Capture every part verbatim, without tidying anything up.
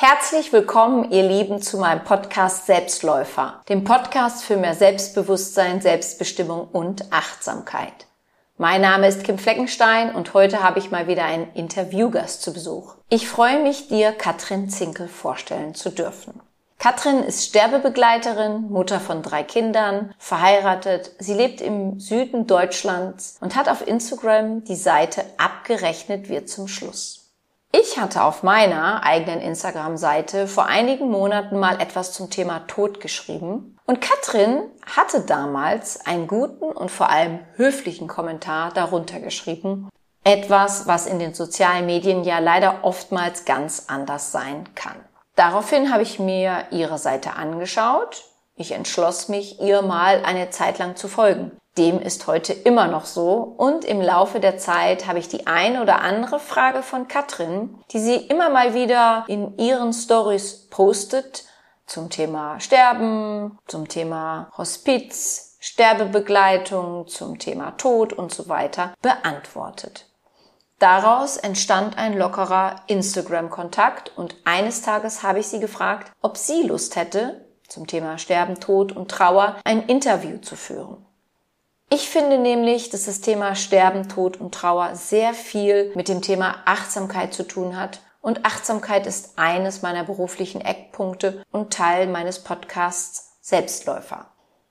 Herzlich willkommen, ihr Lieben, zu meinem Podcast Selbstläufer, dem Podcast für mehr Selbstbewusstsein, Selbstbestimmung und Achtsamkeit. Mein Name ist Kim Fleckenstein und heute habe ich mal wieder einen Interviewgast zu Besuch. Ich freue mich, dir Katrin Zinkel vorstellen zu dürfen. Katrin ist Sterbebegleiterin, Mutter von drei Kindern, verheiratet. Sie lebt im Süden Deutschlands und hat auf Instagram die Seite Abgerechnet wird zum Schluss. Ich hatte auf meiner eigenen Instagram-Seite vor einigen Monaten mal etwas zum Thema Tod geschrieben und Katrin hatte damals einen guten und vor allem höflichen Kommentar darunter geschrieben. Etwas, was in den sozialen Medien ja leider oftmals ganz anders sein kann. Daraufhin habe ich mir ihre Seite angeschaut. Ich entschloss mich, ihr mal eine Zeit lang zu folgen. Dem ist heute immer noch so und im Laufe der Zeit habe ich die eine oder andere Frage von Katrin, die sie immer mal wieder in ihren Stories postet, zum Thema Sterben, zum Thema Hospiz, Sterbebegleitung, zum Thema Tod und so weiter, beantwortet. Daraus entstand ein lockerer Instagram-Kontakt und eines Tages habe ich sie gefragt, ob sie Lust hätte, zum Thema Sterben, Tod und Trauer ein Interview zu führen. Ich finde nämlich, dass das Thema Sterben, Tod und Trauer sehr viel mit dem Thema Achtsamkeit zu tun hat. Und Achtsamkeit ist eines meiner beruflichen Eckpunkte und Teil meines Podcasts Selbstläufer.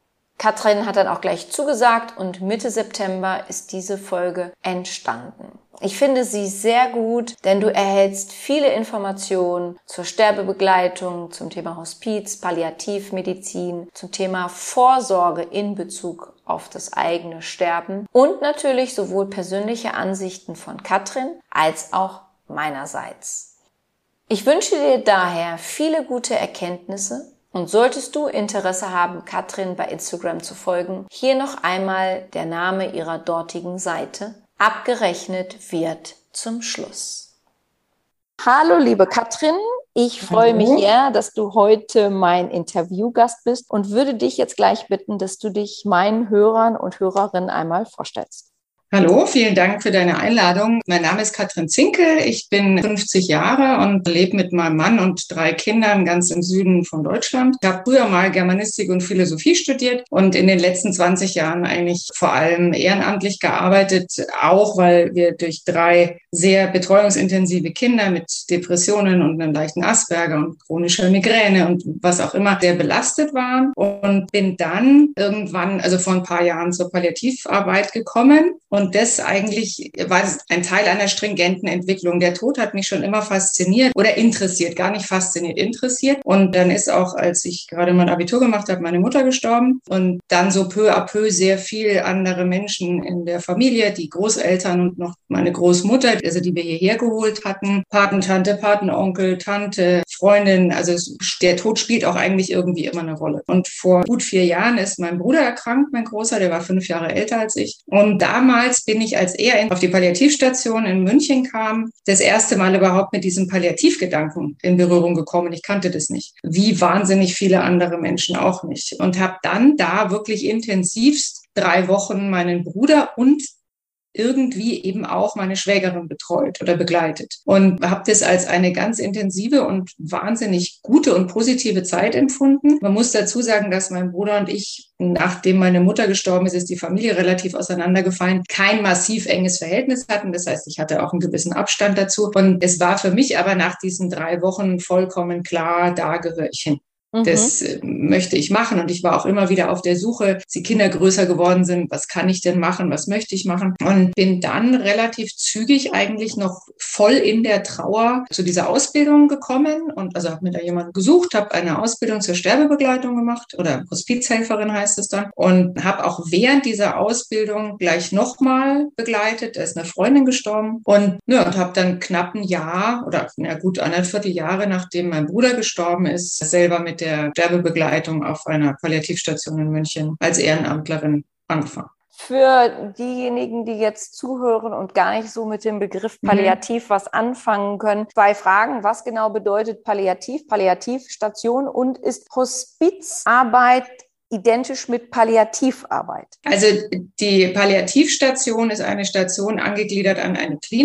Katrin hat dann auch gleich zugesagt und Mitte September ist diese Folge entstanden. Ich finde sie sehr gut, denn du erhältst viele Informationen zur Sterbebegleitung, zum Thema Hospiz, Palliativmedizin, zum Thema Vorsorge in Bezug auf das eigene Sterben und natürlich sowohl persönliche Ansichten von Katrin als auch meinerseits. Ich wünsche dir daher viele gute Erkenntnisse. Und solltest du Interesse haben, Katrin bei Instagram zu folgen, hier noch einmal der Name ihrer dortigen Seite. Abgerechnet wird zum Schluss. Hallo liebe Katrin, ich freue mich sehr, dass du heute mein Interviewgast bist und würde dich jetzt gleich bitten, dass du dich meinen Hörern und Hörerinnen einmal vorstellst. Hallo, vielen Dank für deine Einladung. Mein Name ist Katrin Zinkel, ich bin fünfzig Jahre und lebe mit meinem Mann und drei Kindern ganz im Süden von Deutschland. Ich habe früher mal Germanistik und Philosophie studiert und in den letzten zwanzig Jahren eigentlich vor allem ehrenamtlich gearbeitet, auch weil wir durch drei sehr betreuungsintensive Kinder mit Depressionen und einem leichten Asperger und chronischer Migräne und was auch immer sehr belastet waren und bin dann irgendwann, also vor ein paar Jahren zur Palliativarbeit gekommen. Und das eigentlich war ein Teil einer stringenten Entwicklung. Der Tod hat mich schon immer fasziniert oder interessiert, gar nicht fasziniert, interessiert. Und dann ist auch, als ich gerade mein Abitur gemacht habe, meine Mutter gestorben. Und dann so peu à peu sehr viel andere Menschen in der Familie, die Großeltern und noch meine Großmutter, also die wir hierher geholt hatten, Patentante, Patenonkel, Tante, Freundin. Also der Tod spielt auch eigentlich irgendwie immer eine Rolle. Und vor gut vier Jahren ist mein Bruder erkrankt, mein Großer, der war fünf Jahre älter als ich. Und damals bin ich, als er auf die Palliativstation in München kam, das erste Mal überhaupt mit diesem Palliativgedanken in Berührung gekommen. Ich kannte das nicht. Wie wahnsinnig viele andere Menschen auch nicht. Und habe dann da wirklich intensivst drei Wochen meinen Bruder und irgendwie eben auch meine Schwägerin betreut oder begleitet und habe das als eine ganz intensive und wahnsinnig gute und positive Zeit empfunden. Man muss dazu sagen, dass mein Bruder und ich, nachdem meine Mutter gestorben ist, ist die Familie relativ auseinandergefallen, kein massiv enges Verhältnis hatten. Das heißt, ich hatte auch einen gewissen Abstand dazu. Und es war für mich aber nach diesen drei Wochen vollkommen klar, da gehöre ich hin. Das äh, möchte ich machen. Und ich war auch immer wieder auf der Suche, als die Kinder größer geworden sind, was kann ich denn machen, was möchte ich machen? Und bin dann relativ zügig eigentlich noch voll in der Trauer zu dieser Ausbildung gekommen. Und also habe mir da jemanden gesucht, habe eine Ausbildung zur Sterbebegleitung gemacht oder Hospizhelferin heißt es dann. Und habe auch während dieser Ausbildung gleich nochmal begleitet. Da ist eine Freundin gestorben. Und, ja, und habe dann knapp ein Jahr oder na gut anderthalb Jahre, nachdem mein Bruder gestorben ist, selber mit der Sterbebegleitung auf einer Palliativstation in München als Ehrenamtlerin angefangen. Für diejenigen, die jetzt zuhören und gar nicht so mit dem Begriff Palliativ mhm. was anfangen können, zwei Fragen. Was genau bedeutet Palliativ, Palliativstation und ist Hospizarbeit identisch mit Palliativarbeit? Also die Palliativstation ist eine Station angegliedert an eine Klinik,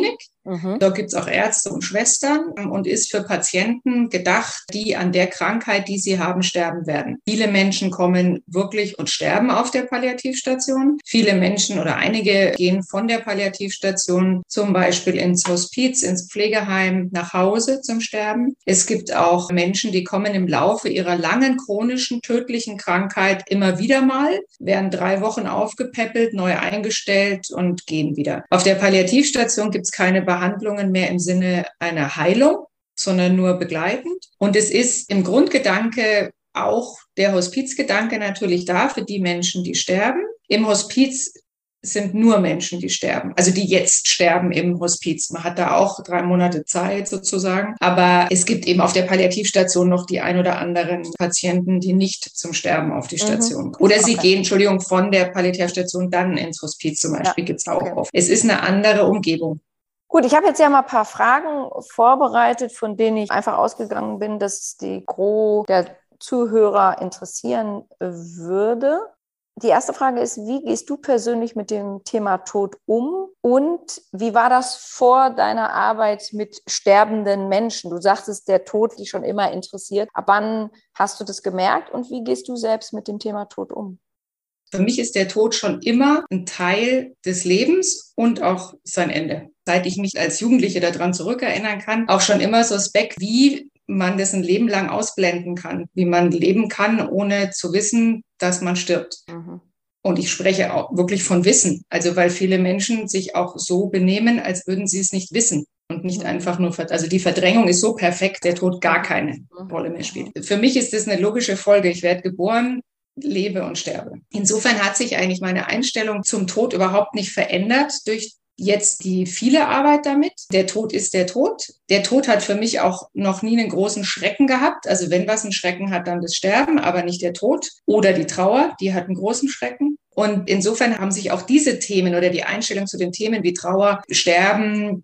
Mhm. Dort gibt es auch Ärzte und Schwestern und ist für Patienten gedacht, die an der Krankheit, die sie haben, sterben werden. Viele Menschen kommen wirklich und sterben auf der Palliativstation. Viele Menschen oder einige gehen von der Palliativstation zum Beispiel ins Hospiz, ins Pflegeheim, nach Hause zum Sterben. Es gibt auch Menschen, die kommen im Laufe ihrer langen chronischen tödlichen Krankheit immer wieder mal, werden drei Wochen aufgepäppelt, neu eingestellt und gehen wieder. Auf der Palliativstation gibt es keine Behandlungen mehr im Sinne einer Heilung, sondern nur begleitend. Und es ist im Grundgedanke auch der Hospizgedanke natürlich da für die Menschen, die sterben. Im Hospiz sind nur Menschen, die sterben, also die jetzt sterben im Hospiz. Man hat da auch drei Monate Zeit sozusagen. Aber es gibt eben auf der Palliativstation noch die ein oder anderen Patienten, die nicht zum Sterben auf die Station kommen. Oder sie okay. gehen, Entschuldigung, von der Palliativstation dann ins Hospiz zum Beispiel, ja. gibt es auch okay. oft. Es ist eine andere Umgebung. Gut, ich habe jetzt ja mal ein paar Fragen vorbereitet, von denen ich einfach ausgegangen bin, dass die Gros der Zuhörer interessieren würde. Die erste Frage ist, wie gehst du persönlich mit dem Thema Tod um und wie war das vor deiner Arbeit mit sterbenden Menschen? Du sagtest, der Tod dich schon immer interessiert. Ab wann hast du das gemerkt und wie gehst du selbst mit dem Thema Tod um? Für mich ist der Tod schon immer ein Teil des Lebens und auch sein Ende. Seit ich mich als Jugendliche daran zurückerinnern kann, auch schon immer suspekt, wie man das ein Leben lang ausblenden kann, wie man leben kann, ohne zu wissen, dass man stirbt. Mhm. Und ich spreche auch wirklich von Wissen, also weil viele Menschen sich auch so benehmen, als würden sie es nicht wissen und nicht mhm. einfach nur, also die Verdrängung ist so perfekt, der Tod gar keine mhm. Rolle mehr spielt. Für mich ist das eine logische Folge. Ich werde geboren, lebe und sterbe. Insofern hat sich eigentlich meine Einstellung zum Tod überhaupt nicht verändert durch jetzt die viele Arbeit damit. Der Tod ist der Tod. Der Tod hat für mich auch noch nie einen großen Schrecken gehabt. Also wenn was einen Schrecken hat, dann das Sterben, aber nicht der Tod oder die Trauer. Die hat einen großen Schrecken. Und insofern haben sich auch diese Themen oder die Einstellung zu den Themen wie Trauer, Sterben,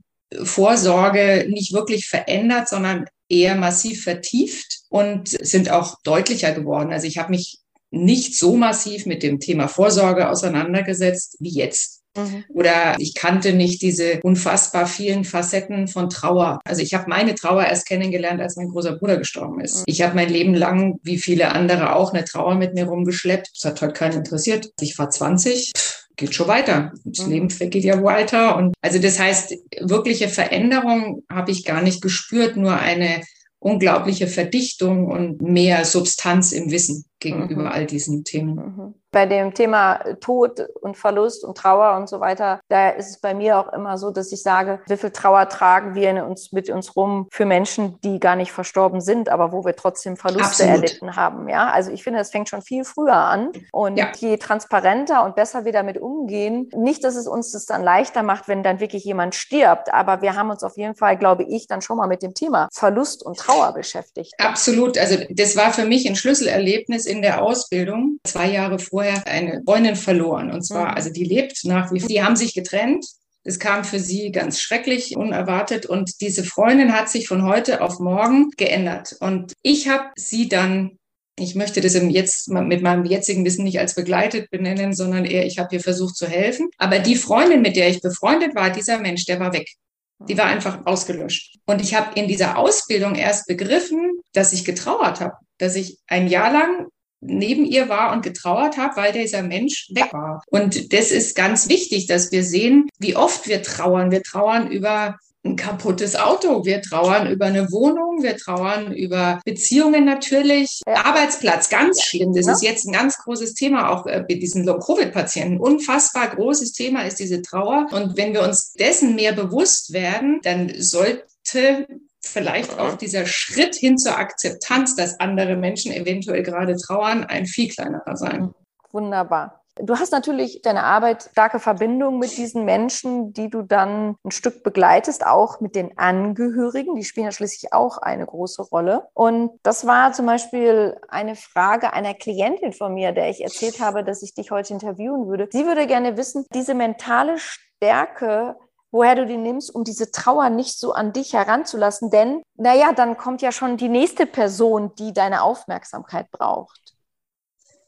Vorsorge nicht wirklich verändert, sondern eher massiv vertieft und sind auch deutlicher geworden. Also ich habe mich nicht so massiv mit dem Thema Vorsorge auseinandergesetzt wie jetzt. Mhm. Oder ich kannte nicht diese unfassbar vielen Facetten von Trauer. Also ich habe meine Trauer erst kennengelernt, als mein großer Bruder gestorben ist. Mhm. Ich habe mein Leben lang, wie viele andere auch, eine Trauer mit mir rumgeschleppt. Das hat heute keinen interessiert. Ich war zwanzig. Pff, geht schon weiter. Das mhm. Leben geht ja weiter. Und also das heißt, wirkliche Veränderung habe ich gar nicht gespürt, nur eine unglaubliche Verdichtung und mehr Substanz im Wissen gegenüber mhm. all diesen Themen. Mhm. Bei dem Thema Tod und Verlust und Trauer und so weiter, da ist es bei mir auch immer so, dass ich sage, wie viel Trauer tragen wir in uns, mit uns rum für Menschen, die gar nicht verstorben sind, aber wo wir trotzdem Verluste Absolut. erlitten haben. Ja, also ich finde, das fängt schon viel früher an. Und ja. je transparenter und besser wir damit umgehen, nicht, dass es uns das dann leichter macht, wenn dann wirklich jemand stirbt, aber wir haben uns auf jeden Fall, glaube ich, dann schon mal mit dem Thema Verlust und Trauer beschäftigt. Absolut. Also das war für mich ein Schlüsselerlebnis in der Ausbildung. Zwei Jahre vorher eine Freundin verloren. Und zwar, mhm. also die lebt nach wie vor. Die haben sich getrennt. Das kam für sie ganz schrecklich, unerwartet. Und diese Freundin hat sich von heute auf morgen geändert. Und ich habe sie dann, ich möchte das jetzt mit meinem jetzigen Wissen nicht als begleitet benennen, sondern eher, ich habe ihr versucht zu helfen. Aber die Freundin, mit der ich befreundet war, dieser Mensch, der war weg. Die war einfach ausgelöscht. Und ich habe in dieser Ausbildung erst begriffen, dass ich getrauert habe, dass ich ein Jahr lang neben ihr war und getrauert habe, weil dieser Mensch weg war. Und das ist ganz wichtig, dass wir sehen, wie oft wir trauern. Wir trauern über ein kaputtes Auto, wir trauern über eine Wohnung, wir trauern über Beziehungen natürlich, ja. Arbeitsplatz, ganz schlimm. Das ja. ist jetzt ein ganz großes Thema, auch bei diesen Long-Covid-Patienten. Unfassbar großes Thema ist diese Trauer. Und wenn wir uns dessen mehr bewusst werden, dann sollte vielleicht auch dieser Schritt hin zur Akzeptanz, dass andere Menschen eventuell gerade trauern, ein viel kleinerer sein. Wunderbar. Du hast natürlich deine Arbeit starke Verbindung mit diesen Menschen, die du dann ein Stück begleitest, auch mit den Angehörigen. Die spielen ja schließlich auch eine große Rolle. Und das war zum Beispiel eine Frage einer Klientin von mir, der ich erzählt habe, dass ich dich heute interviewen würde. Sie würde gerne wissen, diese mentale Stärke, woher du die nimmst, um diese Trauer nicht so an dich heranzulassen. Denn, naja, dann kommt ja schon die nächste Person, die deine Aufmerksamkeit braucht.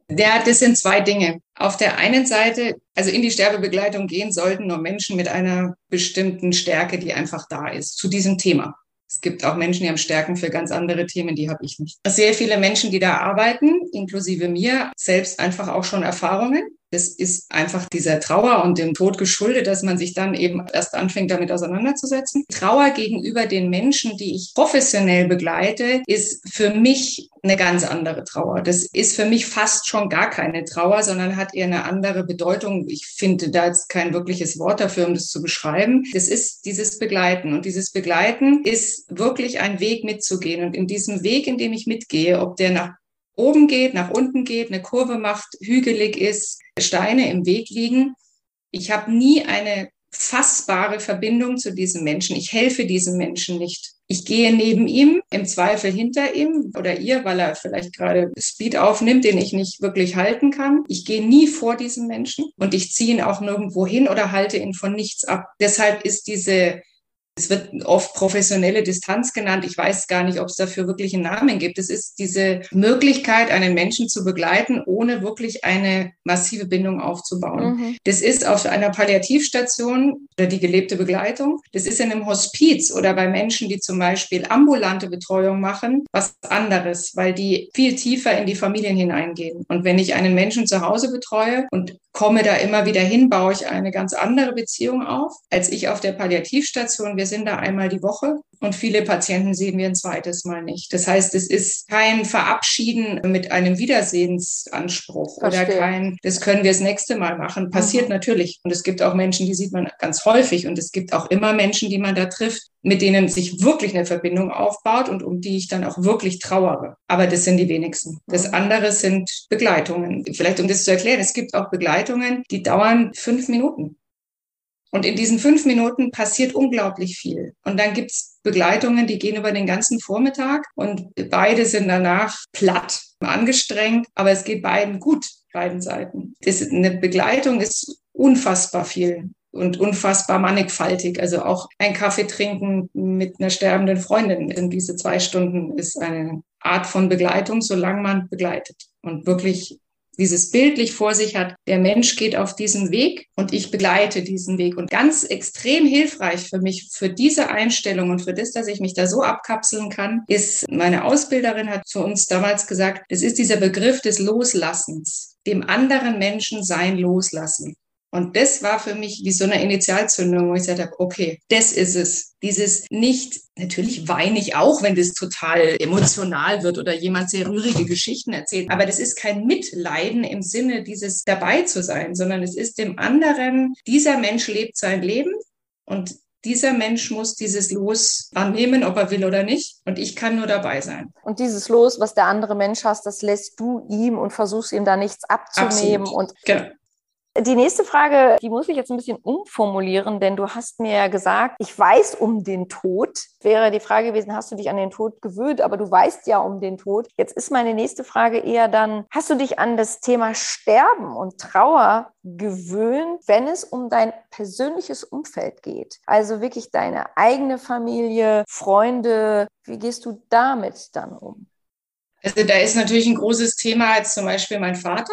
Ja, das sind zwei Dinge. Auf der einen Seite, also in die Sterbebegleitung gehen sollten nur Menschen mit einer bestimmten Stärke, die einfach da ist, zu diesem Thema. Es gibt auch Menschen, die haben Stärken für ganz andere Themen, die habe ich nicht. Sehr viele Menschen, die da arbeiten, inklusive mir, selbst einfach auch schon Erfahrungen. Das ist einfach dieser Trauer und dem Tod geschuldet, dass man sich dann eben erst anfängt, damit auseinanderzusetzen. Trauer gegenüber den Menschen, die ich professionell begleite, ist für mich eine ganz andere Trauer. Das ist für mich fast schon gar keine Trauer, sondern hat eher eine andere Bedeutung. Ich finde da jetzt kein wirkliches Wort dafür, um das zu beschreiben. Das ist dieses Begleiten. Und dieses Begleiten ist wirklich ein Weg mitzugehen. Und in diesem Weg, in dem ich mitgehe, ob der nach oben geht, nach unten geht, eine Kurve macht, hügelig ist, Steine im Weg liegen. Ich habe nie eine fassbare Verbindung zu diesem Menschen. Ich helfe diesem Menschen nicht. Ich gehe neben ihm, im Zweifel hinter ihm oder ihr, weil er vielleicht gerade Speed aufnimmt, den ich nicht wirklich halten kann. Ich gehe nie vor diesem Menschen und ich ziehe ihn auch nirgendwo hin oder halte ihn von nichts ab. Deshalb ist diese Es wird oft professionelle Distanz genannt. Ich weiß gar nicht, ob es dafür wirklich einen Namen gibt. Es ist diese Möglichkeit, einen Menschen zu begleiten, ohne wirklich eine massive Bindung aufzubauen. Mhm. Das ist auf einer Palliativstation oder die gelebte Begleitung. Das ist in einem Hospiz oder bei Menschen, die zum Beispiel ambulante Betreuung machen, was anderes, weil die viel tiefer in die Familien hineingehen. Und wenn ich einen Menschen zu Hause betreue und komme da immer wieder hin, baue ich eine ganz andere Beziehung auf, als ich auf der Palliativstation. Wir sind da einmal die Woche und viele Patienten sehen wir ein zweites Mal nicht. Das heißt, es ist kein Verabschieden mit einem Wiedersehensanspruch. Verstehe. Oder kein, das können wir das nächste Mal machen. Passiert mhm. natürlich. Und es gibt auch Menschen, die sieht man ganz häufig. Und es gibt auch immer Menschen, die man da trifft, mit denen sich wirklich eine Verbindung aufbaut und um die ich dann auch wirklich trauere. Aber das sind die wenigsten. Das andere sind Begleitungen. Vielleicht, um das zu erklären, es gibt auch Begleitungen, die dauern fünf Minuten. Und in diesen fünf Minuten passiert unglaublich viel. Und dann gibt's Begleitungen, die gehen über den ganzen Vormittag und beide sind danach platt, angestrengt, aber es geht beiden gut, beiden Seiten. Das, eine Begleitung ist unfassbar viel und unfassbar mannigfaltig. Also auch ein Kaffee trinken mit einer sterbenden Freundin in diese zwei Stunden ist eine Art von Begleitung, solange man begleitet und wirklich dieses bildlich vor sich hat, der Mensch geht auf diesen Weg und ich begleite diesen Weg. Und ganz extrem hilfreich für mich, für diese Einstellung und für das, dass ich mich da so abkapseln kann, ist, meine Ausbilderin hat zu uns damals gesagt, das ist dieser Begriff des Loslassens, dem anderen Menschen sein Loslassen. Und das war für mich wie so eine Initialzündung, wo ich gesagt habe, okay, das ist es. Dieses nicht, natürlich weine ich auch, wenn das total emotional wird oder jemand sehr rührige Geschichten erzählt. Aber das ist kein Mitleiden im Sinne dieses dabei zu sein, sondern es ist dem anderen, dieser Mensch lebt sein Leben und dieser Mensch muss dieses Los annehmen, ob er will oder nicht. Und ich kann nur dabei sein. Und dieses Los, was der andere Mensch hat, das lässt du ihm und versuchst ihm da nichts abzunehmen. Absolut. Und genau. Die nächste Frage, die muss ich jetzt ein bisschen umformulieren, denn du hast mir ja gesagt, ich weiß um den Tod. Wäre die Frage gewesen, hast du dich an den Tod gewöhnt? Aber du weißt ja um den Tod. Jetzt ist meine nächste Frage eher dann, hast du dich an das Thema Sterben und Trauer gewöhnt, wenn es um dein persönliches Umfeld geht? Also wirklich deine eigene Familie, Freunde. Wie gehst du damit dann um? Also da ist natürlich ein großes Thema als zum Beispiel mein Vater.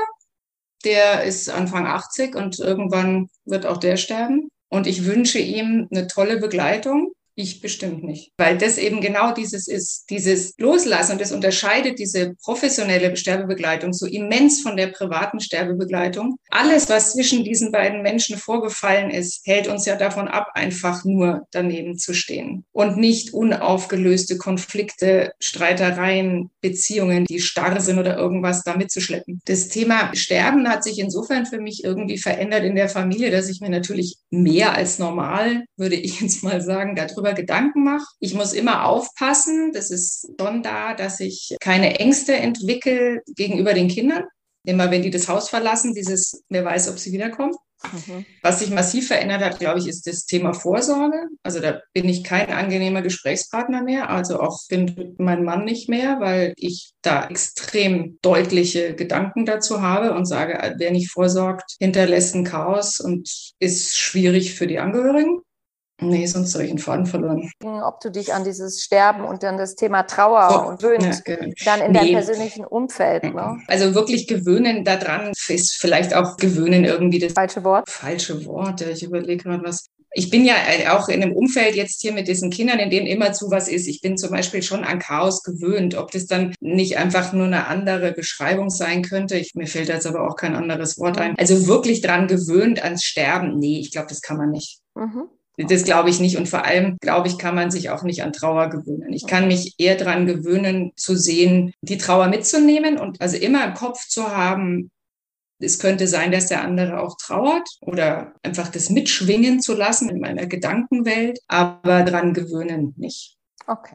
Der ist Anfang achtzig und irgendwann wird auch der sterben. Und ich wünsche ihm eine tolle Begleitung. Ich bestimmt nicht, weil das eben genau dieses ist, dieses Loslassen. Und das unterscheidet diese professionelle Sterbebegleitung so immens von der privaten Sterbebegleitung. Alles, was zwischen diesen beiden Menschen vorgefallen ist, hält uns ja davon ab, einfach nur daneben zu stehen und nicht unaufgelöste Konflikte, Streitereien, Beziehungen, die starr sind oder irgendwas da mitzuschleppen. Das Thema Sterben hat sich insofern für mich irgendwie verändert in der Familie, dass ich mir natürlich mehr als normal, würde ich jetzt mal sagen, darüber Gedanken mache. Ich muss immer aufpassen, das ist schon da, dass ich keine Ängste entwickle gegenüber den Kindern. Immer wenn die das Haus verlassen, dieses, wer weiß, ob sie wiederkommen. Mhm. Was sich massiv verändert hat, glaube ich, ist das Thema Vorsorge. Also da bin ich kein angenehmer Gesprächspartner mehr, also auch bin mein Mann nicht mehr, weil ich da extrem deutliche Gedanken dazu habe und sage, wer nicht vorsorgt, hinterlässt ein Chaos und ist schwierig für die Angehörigen. Nee, sonst habe ich den Faden verloren. Ob du dich an dieses Sterben und dann das Thema Trauer Oh, und Gewöhnt, ja, genau. dann in Nee. deinem persönlichen Umfeld. Ne? Also wirklich gewöhnen daran ist vielleicht auch gewöhnen irgendwie das Falsche Wort. falsche Wort. Ich überlege gerade was. Ich bin ja auch in einem Umfeld jetzt hier mit diesen Kindern, in denen immerzu was ist. Ich bin zum Beispiel schon an Chaos gewöhnt. Ob das dann nicht einfach nur eine andere Beschreibung sein könnte, ich, mir fällt jetzt aber auch kein anderes Wort ein. Also wirklich dran gewöhnt ans Sterben, nee, ich glaube, das kann man nicht. Mhm. Das glaube ich nicht. Und vor allem, glaube ich, kann man sich auch nicht an Trauer gewöhnen. Ich kann mich eher dran gewöhnen, zu sehen, die Trauer mitzunehmen und also immer im Kopf zu haben, es könnte sein, dass der andere auch trauert oder einfach das mitschwingen zu lassen in meiner Gedankenwelt, aber dran gewöhnen nicht. Okay.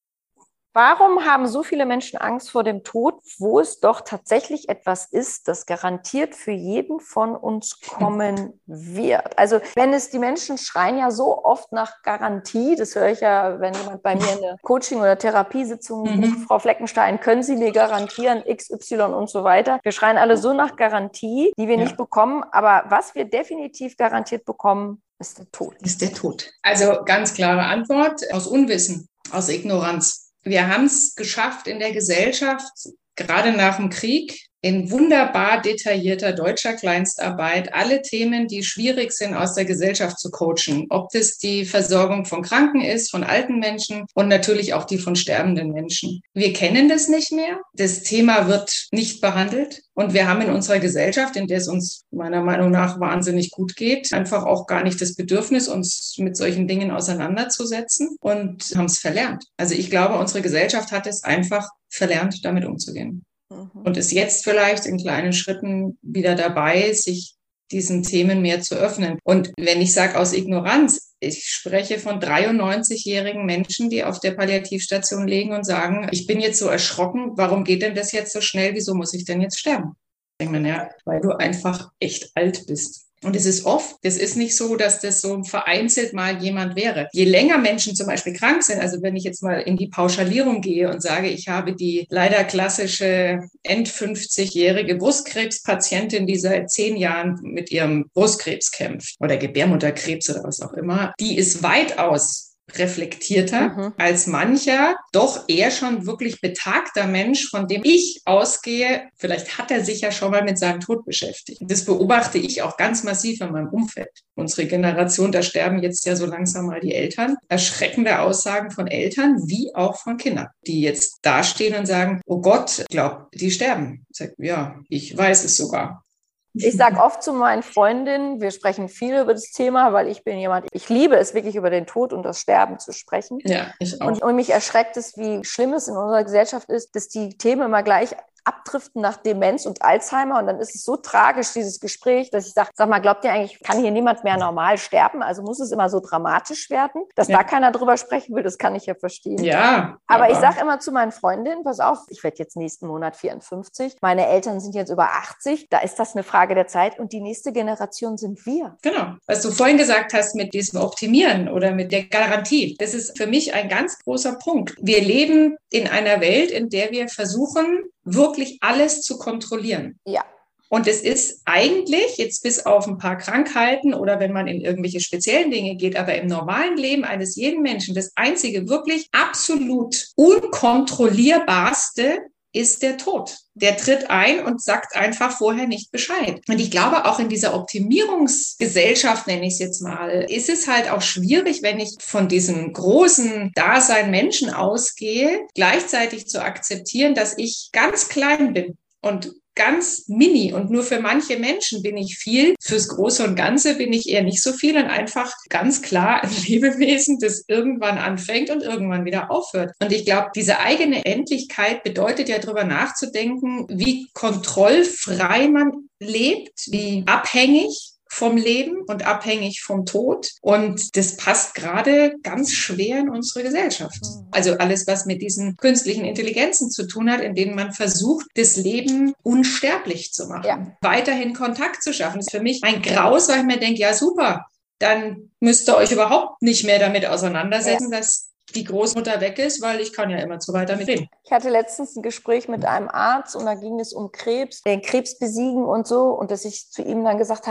Warum haben so viele Menschen Angst vor dem Tod, wo es doch tatsächlich etwas ist, das garantiert für jeden von uns kommen wird? Also wenn es, die Menschen schreien ja so oft nach Garantie, das höre ich ja, wenn jemand bei mir eine Coaching- oder Therapiesitzung bucht, mhm. Frau Fleckenstein, können Sie mir garantieren X Y und so weiter? Wir schreien alle so nach Garantie, die wir ja. nicht bekommen, aber was wir definitiv garantiert bekommen, ist der Tod. Ist der Tod. Also ganz klare Antwort, aus Unwissen, aus Ignoranz. Wir haben es geschafft in der Gesellschaft, gerade nach dem Krieg, in wunderbar detaillierter deutscher Kleinstarbeit alle Themen, die schwierig sind, aus der Gesellschaft zu coachen. Ob das die Versorgung von Kranken ist, von alten Menschen und natürlich auch die von sterbenden Menschen. Wir kennen das nicht mehr. Das Thema wird nicht behandelt. Und wir haben in unserer Gesellschaft, in der es uns meiner Meinung nach wahnsinnig gut geht, einfach auch gar nicht das Bedürfnis, uns mit solchen Dingen auseinanderzusetzen und haben es verlernt. Also ich glaube, unsere Gesellschaft hat es einfach verlernt, damit umzugehen. Und ist jetzt vielleicht in kleinen Schritten wieder dabei, sich diesen Themen mehr zu öffnen. Und wenn ich sage aus Ignoranz, ich spreche von dreiundneunzigjährigen Menschen, die auf der Palliativstation liegen und sagen, ich bin jetzt so erschrocken, warum geht denn das jetzt so schnell, wieso muss ich denn jetzt sterben? Ich meine, ja, weil du einfach echt alt bist. Und es ist oft, das ist nicht so, dass das so vereinzelt mal jemand wäre. Je länger Menschen zum Beispiel krank sind, also wenn ich jetzt mal in die Pauschalierung gehe und sage, ich habe die leider klassische end fünfzigjährige Brustkrebspatientin, die seit zehn Jahren mit ihrem Brustkrebs kämpft oder Gebärmutterkrebs oder was auch immer, die ist weitaus reflektierter mhm. als mancher, doch eher schon wirklich betagter Mensch, von dem ich ausgehe, vielleicht hat er sich ja schon mal mit seinem Tod beschäftigt. Das beobachte ich auch ganz massiv in meinem Umfeld. Unsere Generation, da sterben jetzt ja so langsam mal die Eltern. Erschreckende Aussagen von Eltern wie auch von Kindern, die jetzt dastehen und sagen, oh Gott, ich glaube, die sterben. Ich sage, ja, ich weiß es sogar. Ich sage oft zu meinen Freundinnen, wir sprechen viel über das Thema, weil ich bin jemand, ich liebe es wirklich über den Tod und das Sterben zu sprechen. Ja, ich auch. Und, und mich erschreckt es, wie schlimm es in unserer Gesellschaft ist, dass die Themen immer gleich abdriften nach Demenz und Alzheimer und dann ist es so tragisch, dieses Gespräch, dass ich sage, sag mal, glaubt ihr eigentlich, kann hier niemand mehr normal sterben? Also muss es immer so dramatisch werden? Dass ja. da keiner drüber sprechen will, das kann ich ja verstehen. Ja. Aber, aber ich sage immer zu meinen Freundinnen, pass auf, ich werde jetzt nächsten Monat vierundfünfzig, meine Eltern sind jetzt über achtzig, da ist das eine Frage der Zeit und die nächste Generation sind wir. Genau, was du vorhin gesagt hast mit diesem Optimieren oder mit der Garantie, das ist für mich ein ganz großer Punkt. Wir leben in einer Welt, in der wir versuchen, wirklich alles zu kontrollieren. Ja. Und es ist eigentlich, jetzt bis auf ein paar Krankheiten oder wenn man in irgendwelche speziellen Dinge geht, aber im normalen Leben eines jeden Menschen, das einzige wirklich absolut unkontrollierbarste ist der Tod. Der tritt ein und sagt einfach vorher nicht Bescheid. Und ich glaube, auch in dieser Optimierungsgesellschaft, nenne ich es jetzt mal, ist es halt auch schwierig, wenn ich von diesem großen Dasein Menschen ausgehe, gleichzeitig zu akzeptieren, dass ich ganz klein bin und ganz mini und nur für manche Menschen bin ich viel, fürs Große und Ganze bin ich eher nicht so viel und einfach ganz klar ein Lebewesen, das irgendwann anfängt und irgendwann wieder aufhört. Und ich glaube, diese eigene Endlichkeit bedeutet ja darüber nachzudenken, wie kontrollfrei man lebt, wie abhängig vom Leben und abhängig vom Tod. Und das passt gerade ganz schwer in unsere Gesellschaft. Also alles, was mit diesen künstlichen Intelligenzen zu tun hat, in denen man versucht, das Leben unsterblich zu machen. Ja. Weiterhin Kontakt zu schaffen. Das ist für mich ein Graus, weil ich mir denke, ja super, dann müsst ihr euch überhaupt nicht mehr damit auseinandersetzen, ja. dass die Großmutter weg ist, weil ich kann ja immer so weiter mit reden. Ich hatte letztens ein Gespräch mit einem Arzt und da ging es um Krebs, den Krebs besiegen und so und dass ich zu ihm dann gesagt habe,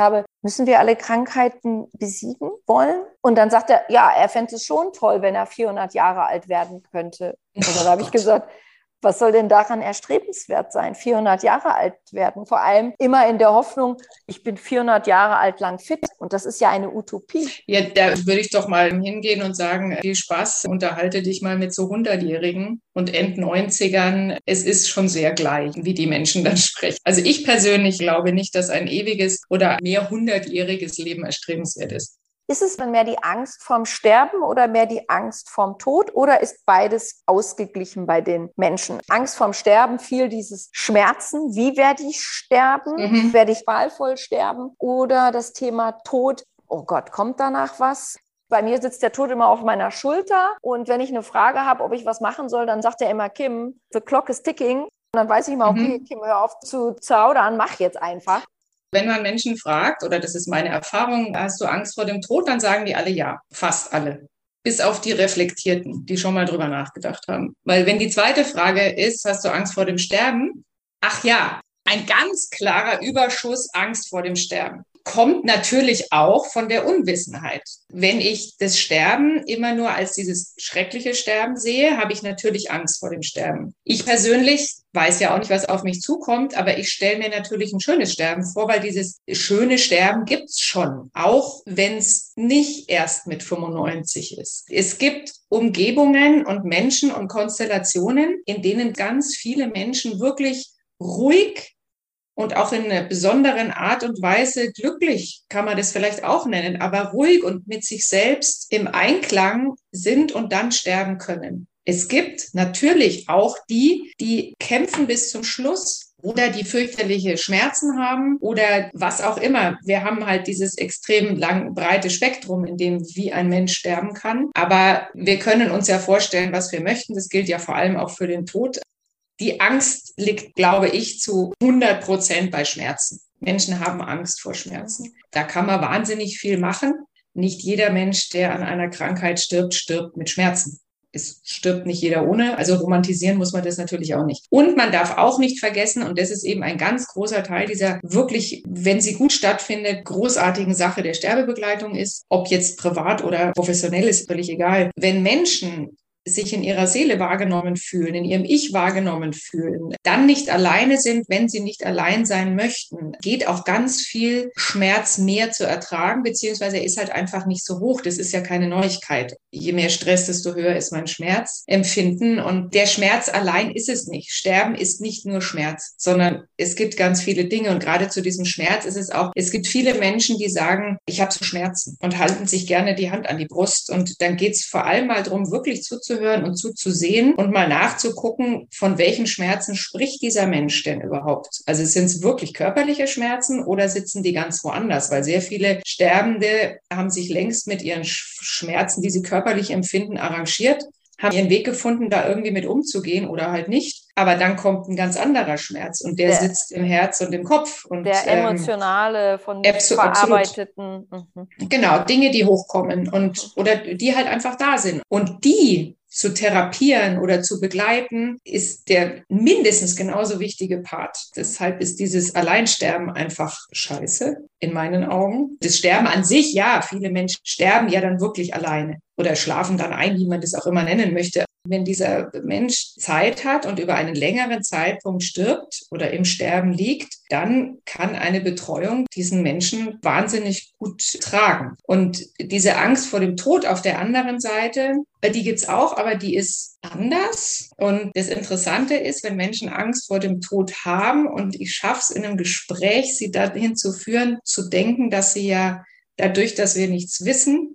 müssen wir alle Krankheiten besiegen wollen? Und dann sagt er, ja, er fände es schon toll, wenn er vierhundert Jahre alt werden könnte. Und dann Oh habe ich Gott. gesagt, was soll denn daran erstrebenswert sein, vierhundert Jahre alt werden? Vor allem immer in der Hoffnung, ich bin vierhundert Jahre alt lang fit. Und das ist ja eine Utopie. Ja, da würde ich doch mal hingehen und sagen, viel Spaß, unterhalte dich mal mit so hundertjährigen und End-neunzigern. Es ist schon sehr gleich, wie die Menschen dann sprechen. Also ich persönlich glaube nicht, dass ein ewiges oder mehr hundertjähriges Leben erstrebenswert ist. Ist es dann mehr die Angst vorm Sterben oder mehr die Angst vorm Tod oder ist beides ausgeglichen bei den Menschen? Angst vorm Sterben, viel dieses Schmerzen, wie werde ich sterben? Mhm. Werde ich qualvoll sterben? Oder das Thema Tod, oh Gott, kommt danach was? Bei mir sitzt der Tod immer auf meiner Schulter und wenn ich eine Frage habe, ob ich was machen soll, dann sagt er immer, Kim, the clock is ticking. Und dann weiß ich immer, okay, Mhm. Kim, hör auf zu zaudern, mach jetzt einfach. Wenn man Menschen fragt, oder das ist meine Erfahrung, hast du Angst vor dem Tod, dann sagen die alle ja, fast alle. Bis auf die Reflektierten, die schon mal drüber nachgedacht haben. Weil wenn die zweite Frage ist, hast du Angst vor dem Sterben? Ach ja, ein ganz klarer Überschuss Angst vor dem Sterben. Kommt natürlich auch von der Unwissenheit. Wenn ich das Sterben immer nur als dieses schreckliche Sterben sehe, habe ich natürlich Angst vor dem Sterben. Ich persönlich weiß ja auch nicht, was auf mich zukommt, aber ich stelle mir natürlich ein schönes Sterben vor, weil dieses schöne Sterben gibt's schon, auch wenn es nicht erst mit fünfundneunzig ist. Es gibt Umgebungen und Menschen und Konstellationen, in denen ganz viele Menschen wirklich ruhig und auch in einer besonderen Art und Weise glücklich, kann man das vielleicht auch nennen, aber ruhig und mit sich selbst im Einklang sind und dann sterben können. Es gibt natürlich auch die, die kämpfen bis zum Schluss oder die fürchterliche Schmerzen haben oder was auch immer. Wir haben halt dieses extrem lang breite Spektrum, in dem wie ein Mensch sterben kann. Aber wir können uns ja vorstellen, was wir möchten. Das gilt ja vor allem auch für den Tod. Die Angst liegt, glaube ich, zu hundert Prozent bei Schmerzen. Menschen haben Angst vor Schmerzen. Da kann man wahnsinnig viel machen. Nicht jeder Mensch, der an einer Krankheit stirbt, stirbt mit Schmerzen. Es stirbt nicht jeder ohne. Also romantisieren muss man das natürlich auch nicht. Und man darf auch nicht vergessen, und das ist eben ein ganz großer Teil dieser wirklich, wenn sie gut stattfindet, großartigen Sache der Sterbebegleitung ist, ob jetzt privat oder professionell, ist völlig egal. Wenn Menschen sich in ihrer Seele wahrgenommen fühlen, in ihrem Ich wahrgenommen fühlen, dann nicht alleine sind, wenn sie nicht allein sein möchten, geht auch ganz viel Schmerz mehr zu ertragen, beziehungsweise er ist halt einfach nicht so hoch. Das ist ja keine Neuigkeit. Je mehr Stress, desto höher ist mein Schmerzempfinden und der Schmerz allein ist es nicht. Sterben ist nicht nur Schmerz, sondern es gibt ganz viele Dinge und gerade zu diesem Schmerz ist es auch, es gibt viele Menschen, die sagen, ich habe so Schmerzen und halten sich gerne die Hand an die Brust und dann geht es vor allem mal darum, wirklich zuzuhören, und zuzusehen und mal nachzugucken, von welchen Schmerzen spricht dieser Mensch denn überhaupt? Also sind es wirklich körperliche Schmerzen oder sitzen die ganz woanders? Weil sehr viele Sterbende haben sich längst mit ihren Schmerzen, die sie körperlich empfinden, arrangiert, haben ihren Weg gefunden, da irgendwie mit umzugehen oder halt nicht. Aber dann kommt ein ganz anderer Schmerz und der, der sitzt im Herz und im Kopf. Und, der emotionale, ähm, von nicht verarbeiteten. Mhm. Genau, Dinge, die hochkommen und oder die halt einfach da sind. Und die zu therapieren oder zu begleiten, ist der mindestens genauso wichtige Part. Deshalb ist dieses Alleinsterben einfach scheiße, in meinen Augen. Das Sterben an sich, ja, viele Menschen sterben ja dann wirklich alleine oder schlafen dann ein, wie man das auch immer nennen möchte. Wenn dieser Mensch Zeit hat und über einen längeren Zeitpunkt stirbt oder im Sterben liegt, dann kann eine Betreuung diesen Menschen wahnsinnig gut tragen. Und diese Angst vor dem Tod auf der anderen Seite, die gibt's auch, aber die ist anders. Und das Interessante ist, wenn Menschen Angst vor dem Tod haben und ich schaffe es in einem Gespräch, sie dahin zu führen, zu denken, dass sie ja dadurch, dass wir nichts wissen,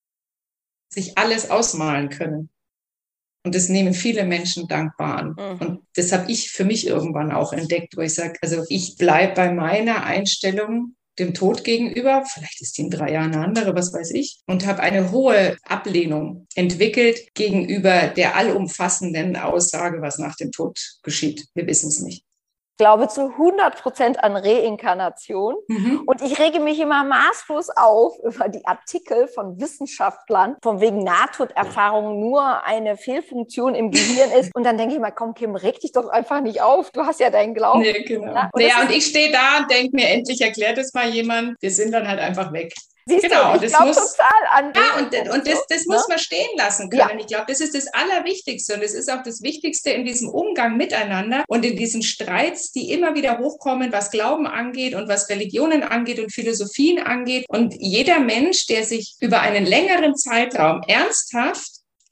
sich alles ausmalen können. Und das nehmen viele Menschen dankbar an. Mhm. Und das habe ich für mich irgendwann auch entdeckt, wo ich sage, also ich bleibe bei meiner Einstellung dem Tod gegenüber, vielleicht ist die in drei Jahren eine andere, was weiß ich, und habe eine hohe Ablehnung entwickelt gegenüber der allumfassenden Aussage, was nach dem Tod geschieht. Wir wissen es nicht. glaube zu hundert Prozent an Reinkarnation. Mhm. Und ich rege mich immer maßlos auf über die Artikel von Wissenschaftlern, von wegen Nahtoderfahrung nur eine Fehlfunktion im Gehirn ist. Und dann denke ich mal, komm Kim, reg dich doch einfach nicht auf. Du hast ja deinen Glauben. Nee, genau. Ja, und, naja, und ich stehe da und denke mir, endlich erklärt es mal jemand. Wir sind dann halt einfach weg. Siehst genau, du, ich glaube total an Ja, und, und das, das muss man stehen lassen können. Ja. Ich glaube, das ist das Allerwichtigste und das ist auch das Wichtigste in diesem Umgang miteinander und in diesen Streits, die immer wieder hochkommen, was Glauben angeht und was Religionen angeht und Philosophien angeht. Und jeder Mensch, der sich über einen längeren Zeitraum ernsthaft,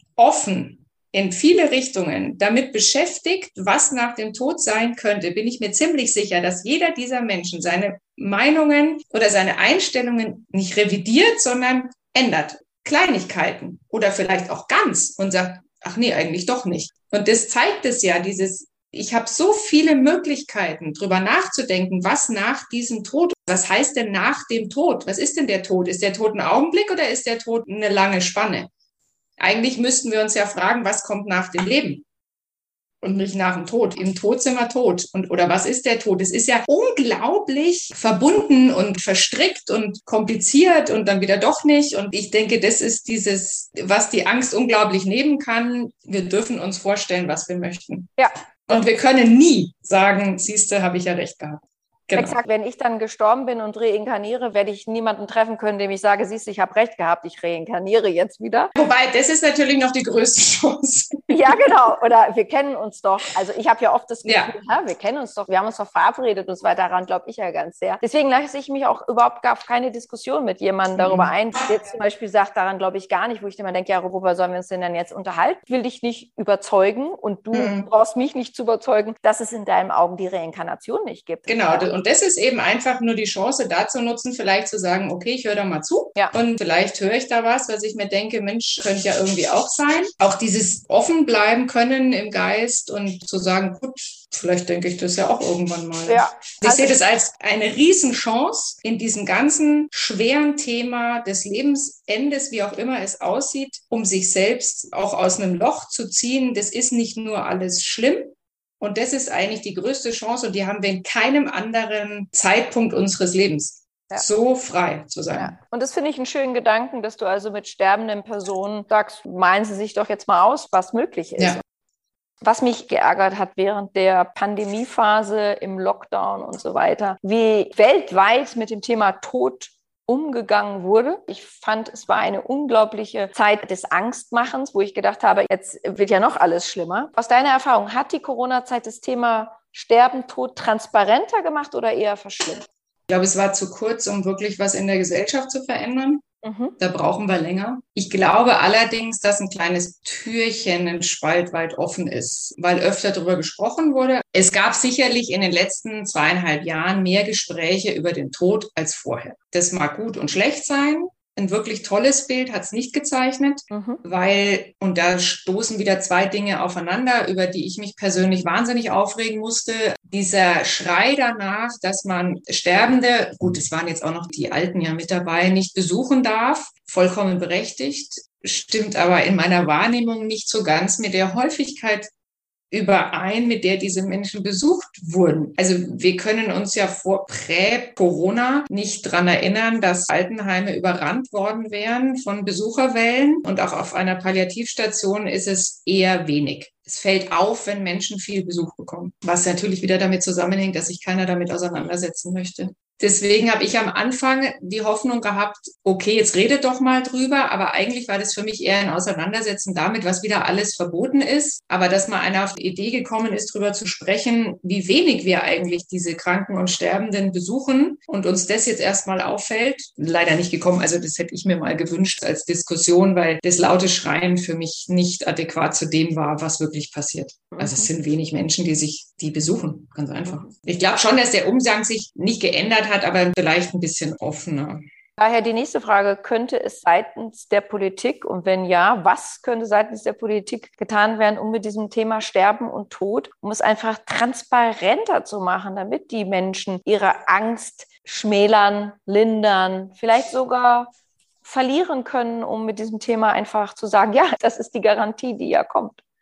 offen in viele Richtungen damit beschäftigt, was nach dem Tod sein könnte, bin ich mir ziemlich sicher, dass jeder dieser Menschen seine Meinungen oder seine Einstellungen nicht revidiert, sondern ändert. Kleinigkeiten oder vielleicht auch ganz und sagt, ach nee, eigentlich doch nicht. Und das zeigt es ja, dieses, ich habe so viele Möglichkeiten, drüber nachzudenken, was nach diesem Tod, was heißt denn nach dem Tod? Was ist denn der Tod? Ist der Tod ein Augenblick oder ist der Tod eine lange Spanne? Eigentlich müssten wir uns ja fragen, was kommt nach dem Leben und nicht nach dem Tod. Im Tod sind wir tot. Und, oder was ist der Tod? Es ist ja unglaublich verbunden und verstrickt und kompliziert und dann wieder doch nicht. Und ich denke, das ist dieses, was die Angst unglaublich nehmen kann. Wir dürfen uns vorstellen, was wir möchten. Ja. Und wir können nie sagen, siehste, habe ich ja recht gehabt. Genau. Exakt, wenn ich dann gestorben bin und reinkarniere, werde ich niemanden treffen können, dem ich sage, siehst du, ich habe recht gehabt, ich reinkarniere jetzt wieder. Wobei, das ist natürlich noch die größte Chance. Ja, genau. Oder wir kennen uns doch. Also ich habe ja oft das Gefühl, ja. wir kennen uns doch, wir haben uns doch verabredet und so weiter. Daran glaube ich ja ganz sehr. Deswegen lasse ich mich auch überhaupt gar auf keine Diskussion mit jemandem darüber mhm. ein, der jetzt zum Beispiel sagt, daran glaube ich gar nicht, wo ich immer denke, ja, worüber sollen wir uns denn dann jetzt unterhalten? Ich will dich nicht überzeugen und du mhm. brauchst mich nicht zu überzeugen, dass es in deinen Augen die Reinkarnation nicht gibt. Genau. Ja. Und das ist eben einfach nur die Chance, dazu nutzen, vielleicht zu sagen, okay, ich höre da mal zu. Ja. Und vielleicht höre ich da was, was ich mir denke, Mensch, könnte ja irgendwie auch sein. Auch dieses offen bleiben können im Geist und zu sagen, gut, vielleicht denke ich das ja auch irgendwann mal. Ja. Ich also, sehe das als eine Riesenchance in diesem ganzen schweren Thema des Lebensendes, wie auch immer es aussieht, um sich selbst auch aus einem Loch zu ziehen. Das ist nicht nur alles schlimm. Und das ist eigentlich die größte Chance und die haben wir in keinem anderen Zeitpunkt unseres Lebens. Ja. So frei zu sein. Ja. Und das finde ich einen schönen Gedanken, dass du also mit sterbenden Personen sagst, malen sie sich doch jetzt mal aus, was möglich ist. Ja. Was mich geärgert hat während der Pandemiephase, im Lockdown und so weiter, wie weltweit mit dem Thema Tod umgegangen wurde. Ich fand, es war eine unglaubliche Zeit des Angstmachens, wo ich gedacht habe, jetzt wird ja noch alles schlimmer. Aus deiner Erfahrung, hat die Corona-Zeit das Thema Sterben, Tod transparenter gemacht oder eher verschlimmt? Ich glaube, es war zu kurz, um wirklich was in der Gesellschaft zu verändern. Mhm. Da brauchen wir länger. Ich glaube allerdings, dass ein kleines Türchen, ein Spalt weit offen ist, weil öfter darüber gesprochen wurde. Es gab sicherlich in den letzten zweieinhalb Jahren mehr Gespräche über den Tod als vorher. Das mag gut und schlecht sein. Ein wirklich tolles Bild hat es nicht gezeichnet, mhm. weil, und da stoßen wieder zwei Dinge aufeinander, über die ich mich persönlich wahnsinnig aufregen musste. Dieser Schrei danach, dass man Sterbende, gut, es waren jetzt auch noch die Alten ja mit dabei, nicht besuchen darf, vollkommen berechtigt, stimmt aber in meiner Wahrnehmung nicht so ganz mit der Häufigkeit überein, mit der diese Menschen besucht wurden. Also wir können uns ja vor Prä-Corona nicht dran erinnern, dass Altenheime überrannt worden wären von Besucherwellen und auch auf einer Palliativstation ist es eher wenig. Es fällt auf, wenn Menschen viel Besuch bekommen, was natürlich wieder damit zusammenhängt, dass sich keiner damit auseinandersetzen möchte. Deswegen habe ich am Anfang die Hoffnung gehabt, okay, jetzt redet doch mal drüber, aber eigentlich war das für mich eher ein Auseinandersetzen damit, was wieder alles verboten ist. Aber dass mal einer auf die Idee gekommen ist, drüber zu sprechen, wie wenig wir eigentlich diese Kranken und Sterbenden besuchen und uns das jetzt erstmal auffällt, leider nicht gekommen. Also das hätte ich mir mal gewünscht als Diskussion, weil das laute Schreien für mich nicht adäquat zu dem war, was wirklich passiert. Also es sind wenig Menschen, die sich die besuchen, ganz einfach. Ich glaube schon, dass der Umgang sich nicht geändert hat, aber vielleicht ein bisschen offener. Daher die nächste Frage, könnte es seitens der Politik und wenn ja, was könnte seitens der Politik getan werden, um mit diesem Thema Sterben und Tod, um es einfach transparenter zu machen, damit die Menschen ihre Angst schmälern, lindern, vielleicht sogar verlieren können, um mit diesem Thema einfach zu sagen, ja, das ist die Garantie, die ja kommt.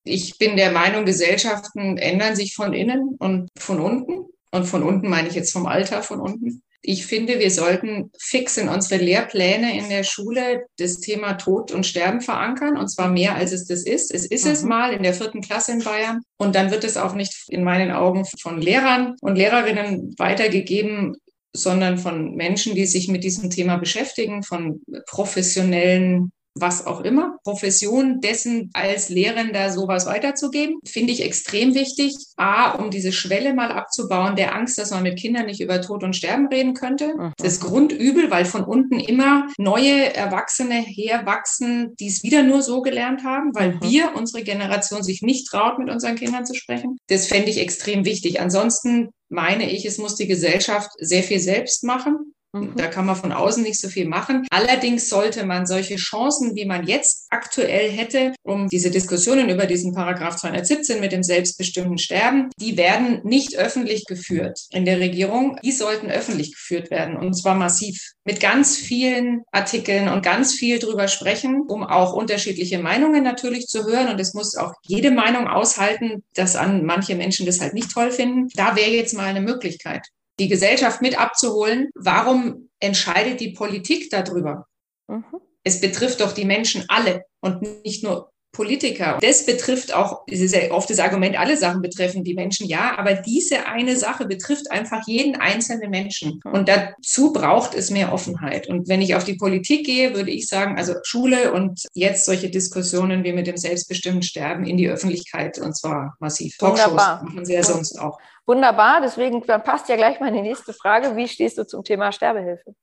Ich bin der Meinung, Gesellschaften ändern sich von innen und von unten. Und von unten meine ich jetzt vom Alter von unten. Ich finde, wir sollten fix in unsere Lehrpläne in der Schule das Thema Tod und Sterben verankern, und zwar mehr, als es das ist. Es ist mhm. es mal in der vierten Klasse in Bayern, und dann wird es auch nicht in meinen Augen von Lehrern und Lehrerinnen weitergegeben, sondern von Menschen, die sich mit diesem Thema beschäftigen, von professionellen, was auch immer, Profession dessen als Lehrender sowas weiterzugeben, finde ich extrem wichtig. A, um diese Schwelle mal abzubauen, der Angst, dass man mit Kindern nicht über Tod und Sterben reden könnte. Mhm. Das Grundübel, weil von unten immer neue Erwachsene herwachsen, die es wieder nur so gelernt haben, weil mhm. wir, unsere Generation, sich nicht traut, mit unseren Kindern zu sprechen. Das fände ich extrem wichtig. Ansonsten meine ich, es muss die Gesellschaft sehr viel selbst machen. Da kann man von außen nicht so viel machen. Allerdings sollte man solche Chancen, wie man jetzt aktuell hätte, um diese Diskussionen über diesen Paragraph zweihundertsiebzehn mit dem selbstbestimmten Sterben, die werden nicht öffentlich geführt in der Regierung. Die sollten öffentlich geführt werden, und zwar massiv. Mit ganz vielen Artikeln und ganz viel drüber sprechen, um auch unterschiedliche Meinungen natürlich zu hören. Und es muss auch jede Meinung aushalten, dass an manche Menschen das halt nicht toll finden. Da wäre jetzt mal eine Möglichkeit, die Gesellschaft mit abzuholen. Warum entscheidet die Politik darüber? Mhm. Es betrifft doch die Menschen alle und nicht nur Politiker. Das betrifft auch, es ist ja oft das Argument, alle Sachen betreffen die Menschen, ja, aber diese eine Sache betrifft einfach jeden einzelnen Menschen. Und dazu braucht es mehr Offenheit. Und wenn ich auf die Politik gehe, würde ich sagen, also Schule und jetzt solche Diskussionen wie mit dem selbstbestimmten Sterben in die Öffentlichkeit, und zwar massiv. Talkshows machen sie ja sonst auch. Wunderbar, deswegen dann passt ja gleich meine nächste Frage. Wie stehst du zum Thema Sterbehilfe?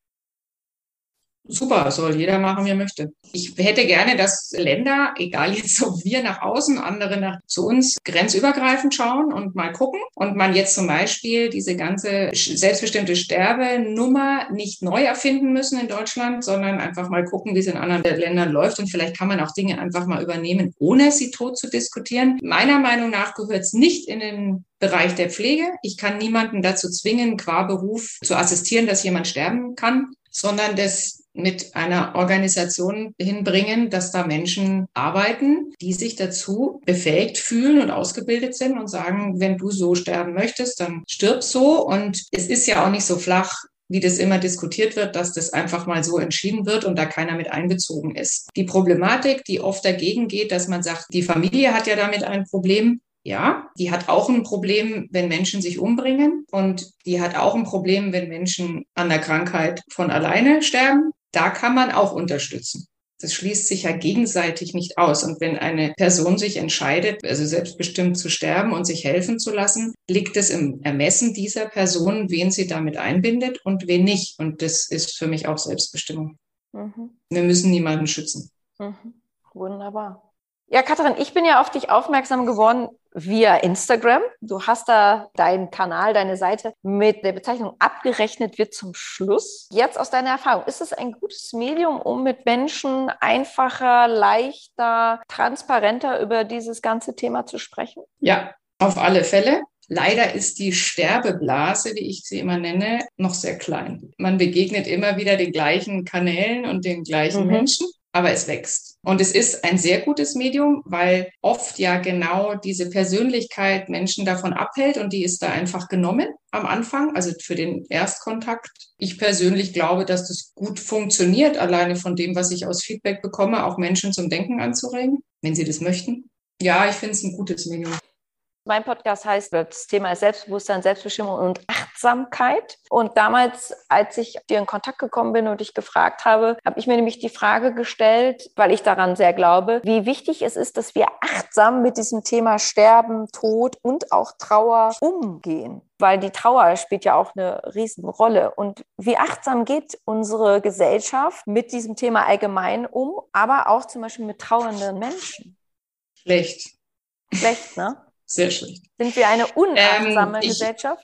Super, soll jeder machen, wie er möchte. Ich hätte gerne, dass Länder, egal jetzt ob wir nach außen, andere nach zu uns, grenzübergreifend schauen und mal gucken. Und man jetzt zum Beispiel diese ganze selbstbestimmte Sterbenummer nicht neu erfinden müssen in Deutschland, sondern einfach mal gucken, wie es in anderen Ländern läuft. Und vielleicht kann man auch Dinge einfach mal übernehmen, ohne sie tot zu diskutieren. Meiner Meinung nach gehört es nicht in den Bereich der Pflege. Ich kann niemanden dazu zwingen, qua Beruf zu assistieren, dass jemand sterben kann, sondern das mit einer Organisation hinbringen, dass da Menschen arbeiten, die sich dazu befähigt fühlen und ausgebildet sind und sagen, wenn du so sterben möchtest, dann stirb so. Und es ist ja auch nicht so flach, wie das immer diskutiert wird, dass das einfach mal so entschieden wird und da keiner mit einbezogen ist. Die Problematik, die oft dagegen geht, dass man sagt, die Familie hat ja damit ein Problem. Ja, die hat auch ein Problem, wenn Menschen sich umbringen, und die hat auch ein Problem, wenn Menschen an der Krankheit von alleine sterben. Da kann man auch unterstützen. Das schließt sich ja gegenseitig nicht aus. Und wenn eine Person sich entscheidet, also selbstbestimmt zu sterben und sich helfen zu lassen, liegt es im Ermessen dieser Person, wen sie damit einbindet und wen nicht. Und das ist für mich auch Selbstbestimmung. Mhm. Wir müssen niemanden schützen. Mhm. Wunderbar. Ja, Katrin, ich bin ja auf dich aufmerksam geworden via Instagram. Du hast da deinen Kanal, deine Seite mit der Bezeichnung abgerechnet wird zum Schluss. Jetzt aus deiner Erfahrung, ist es ein gutes Medium, um mit Menschen einfacher, leichter, transparenter über dieses ganze Thema zu sprechen? Ja, auf alle Fälle. Leider ist die Sterbeblase, wie ich sie immer nenne, noch sehr klein. Man begegnet immer wieder den gleichen Kanälen und den gleichen mhm. Menschen. Aber es wächst. Und es ist ein sehr gutes Medium, weil oft ja genau diese Persönlichkeit Menschen davon abhält, und die ist da einfach genommen am Anfang, also für den Erstkontakt. Ich persönlich glaube, dass das gut funktioniert, alleine von dem, was ich aus Feedback bekomme, auch Menschen zum Denken anzuregen, wenn sie das möchten. Ja, ich finde es ein gutes Medium. Mein Podcast heißt, das Thema ist Selbstbewusstsein, Selbstbestimmung und Achtsamkeit. Und damals, als ich dir in Kontakt gekommen bin und dich gefragt habe, habe ich mir nämlich die Frage gestellt, weil ich daran sehr glaube, wie wichtig es ist, dass wir achtsam mit diesem Thema Sterben, Tod und auch Trauer umgehen. Weil die Trauer spielt ja auch eine Riesenrolle. Und wie achtsam geht unsere Gesellschaft mit diesem Thema allgemein um, aber auch zum Beispiel mit trauernden Menschen? Schlecht. Schlecht, ne? Sehr schlecht. Sind wir eine unachtsame ähm, ich, Gesellschaft?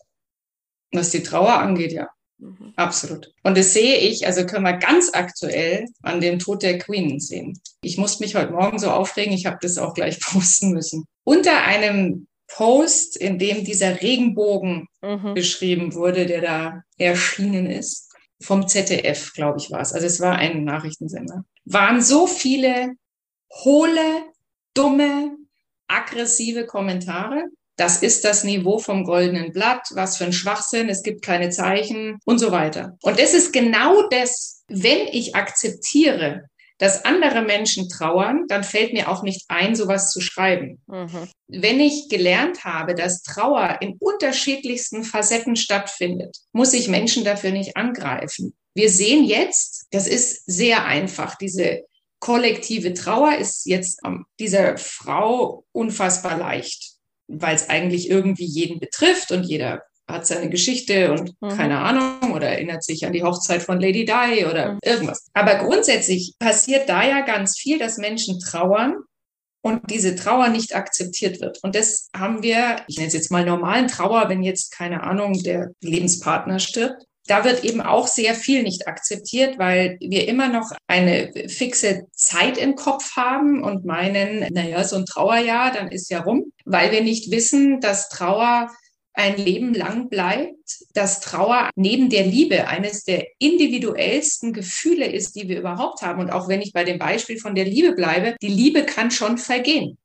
Was die Trauer angeht, ja. Mhm. Absolut. Und das sehe ich, also können wir ganz aktuell an dem Tod der Queen sehen. Ich musste mich heute Morgen so aufregen, ich habe das auch gleich posten müssen. Unter einem Post, in dem dieser Regenbogen mhm. beschrieben wurde, der da erschienen ist, vom Z D F, glaube ich, war es. Also es war ein Nachrichtensender. Waren so viele hohle, dumme, aggressive Kommentare. Das ist das Niveau vom goldenen Blatt, was für ein Schwachsinn, es gibt keine Zeichen und so weiter. Und das ist genau das, wenn ich akzeptiere, dass andere Menschen trauern, dann fällt mir auch nicht ein, sowas zu schreiben. Mhm. Wenn ich gelernt habe, dass Trauer in unterschiedlichsten Facetten stattfindet, muss ich Menschen dafür nicht angreifen. Wir sehen jetzt, das ist sehr einfach, diese kollektive Trauer ist jetzt ähm, dieser Frau unfassbar leicht, weil es eigentlich irgendwie jeden betrifft und jeder hat seine Geschichte und mhm. keine Ahnung oder erinnert sich an die Hochzeit von Lady Di oder mhm. irgendwas. Aber grundsätzlich passiert da ja ganz viel, dass Menschen trauern und diese Trauer nicht akzeptiert wird. Und das haben wir, ich nenne es jetzt mal normalen Trauer, wenn jetzt, keine Ahnung, der Lebenspartner stirbt. Da wird eben auch sehr viel nicht akzeptiert, weil wir immer noch eine fixe Zeit im Kopf haben und meinen, naja, so ein Trauerjahr, dann ist ja rum, weil wir nicht wissen, dass Trauer ein Leben lang bleibt, dass Trauer neben der Liebe eines der individuellsten Gefühle ist, die wir überhaupt haben. Und auch wenn ich bei dem Beispiel von der Liebe bleibe, die Liebe kann schon vergehen.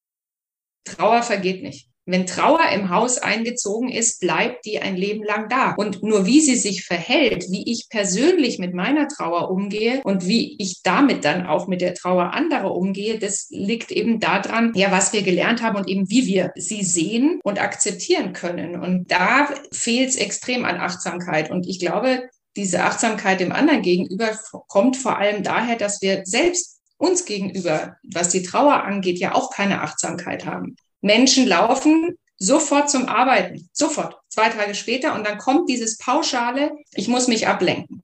Trauer vergeht nicht. Wenn Trauer im Haus eingezogen ist, bleibt die ein Leben lang da. Und nur wie sie sich verhält, wie ich persönlich mit meiner Trauer umgehe und wie ich damit dann auch mit der Trauer anderer umgehe, das liegt eben daran, ja, was wir gelernt haben und eben wie wir sie sehen und akzeptieren können. Und da fehlt es extrem an Achtsamkeit. Und ich glaube, diese Achtsamkeit dem anderen gegenüber kommt vor allem daher, dass wir selbst uns gegenüber, was die Trauer angeht, ja auch keine Achtsamkeit haben. Menschen laufen sofort zum Arbeiten, sofort, zwei Tage später und dann kommt dieses pauschale, ich muss mich ablenken.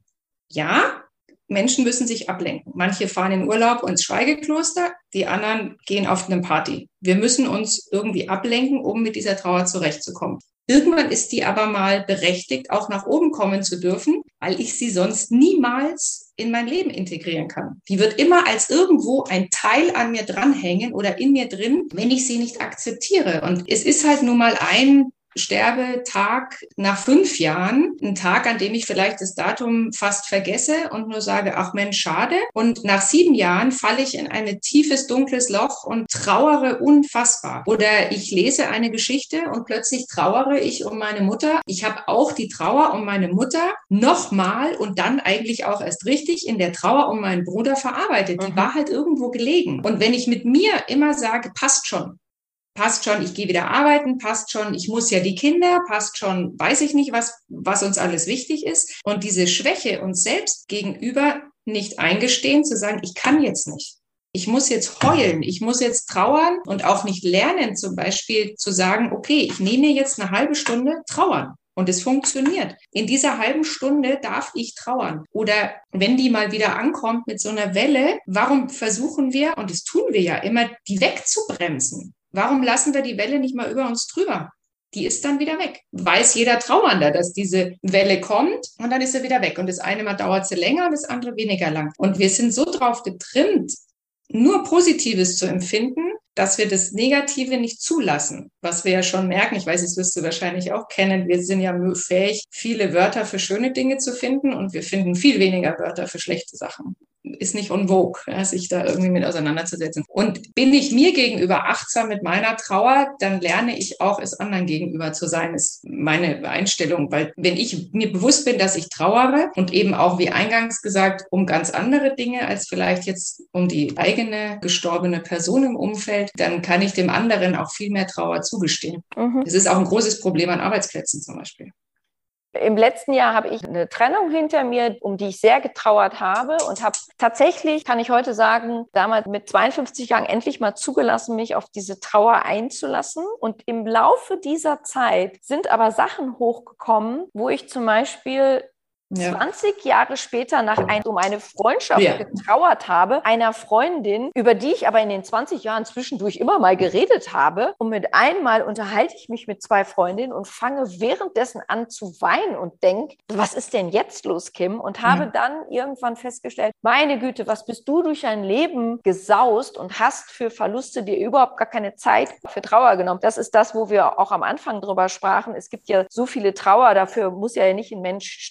Ja, Menschen müssen sich ablenken. Manche fahren in Urlaub ins Schweigekloster, die anderen gehen auf eine Party. Wir müssen uns irgendwie ablenken, um mit dieser Trauer zurechtzukommen. Irgendwann ist die aber mal berechtigt, auch nach oben kommen zu dürfen, weil ich sie sonst niemals in mein Leben integrieren kann. Die wird immer als irgendwo ein Teil an mir dranhängen oder in mir drin, wenn ich sie nicht akzeptiere. Und es ist halt nun mal ein Sterbetag nach fünf Jahren, ein Tag, an dem ich vielleicht das Datum fast vergesse und nur sage, ach Mensch, schade. Und nach sieben Jahren falle ich in ein tiefes, dunkles Loch und trauere unfassbar. Oder ich lese eine Geschichte und plötzlich trauere ich um meine Mutter. Ich habe auch die Trauer um meine Mutter nochmal und dann eigentlich auch erst richtig in der Trauer um meinen Bruder verarbeitet. Die war halt irgendwo gelegen. Und wenn ich mit mir immer sage, passt schon, Passt schon, ich gehe wieder arbeiten, passt schon, ich muss ja die Kinder, passt schon, weiß ich nicht, was, was uns alles wichtig ist. Und diese Schwäche uns selbst gegenüber nicht eingestehen, zu sagen, ich kann jetzt nicht. Ich muss jetzt heulen, ich muss jetzt trauern und auch nicht lernen, zum Beispiel zu sagen, okay, ich nehme mir jetzt eine halbe Stunde trauern. Und es funktioniert. In dieser halben Stunde darf ich trauern. Oder wenn die mal wieder ankommt mit so einer Welle, warum versuchen wir, und das tun wir ja immer, die wegzubremsen? Warum lassen wir die Welle nicht mal über uns drüber? Die ist dann wieder weg. Weiß jeder Trauernder, dass diese Welle kommt und dann ist sie wieder weg. Und das eine Mal dauert sie länger, das andere weniger lang. Und wir sind so drauf getrimmt, nur Positives zu empfinden, dass wir das Negative nicht zulassen. Was wir ja schon merken, ich weiß, das wirst du wahrscheinlich auch kennen, wir sind ja fähig, viele Wörter für schöne Dinge zu finden und wir finden viel weniger Wörter für schlechte Sachen. Ist nicht en vogue, ja, sich da irgendwie mit auseinanderzusetzen. Und bin ich mir gegenüber achtsam mit meiner Trauer, dann lerne ich auch, es anderen gegenüber zu sein, ist meine Einstellung. Weil wenn ich mir bewusst bin, dass ich trauere und eben auch, wie eingangs gesagt, um ganz andere Dinge als vielleicht jetzt um die eigene gestorbene Person im Umfeld, dann kann ich dem anderen auch viel mehr Trauer zugestehen. Mhm. Das ist auch ein großes Problem an Arbeitsplätzen zum Beispiel. Im letzten Jahr habe ich eine Trennung hinter mir, um die ich sehr getrauert habe und habe tatsächlich, kann ich heute sagen, damals mit zweiundfünfzig Jahren endlich mal zugelassen, mich auf diese Trauer einzulassen. Und im Laufe dieser Zeit sind aber Sachen hochgekommen, wo ich zum Beispiel Ja. zwanzig Jahre später nach ein, um eine Freundschaft ja. getrauert habe, einer Freundin, über die ich aber in den zwanzig Jahren zwischendurch immer mal geredet habe. Und mit einmal unterhalte ich mich mit zwei Freundinnen und fange währenddessen an zu weinen und denke, was ist denn jetzt los, Kim? Und habe ja. dann irgendwann festgestellt, meine Güte, was bist du durch dein Leben gesaust und hast für Verluste dir überhaupt gar keine Zeit für Trauer genommen. Das ist das, wo wir auch am Anfang drüber sprachen. Es gibt ja so viele Trauer, dafür muss ja nicht ein Mensch sterben.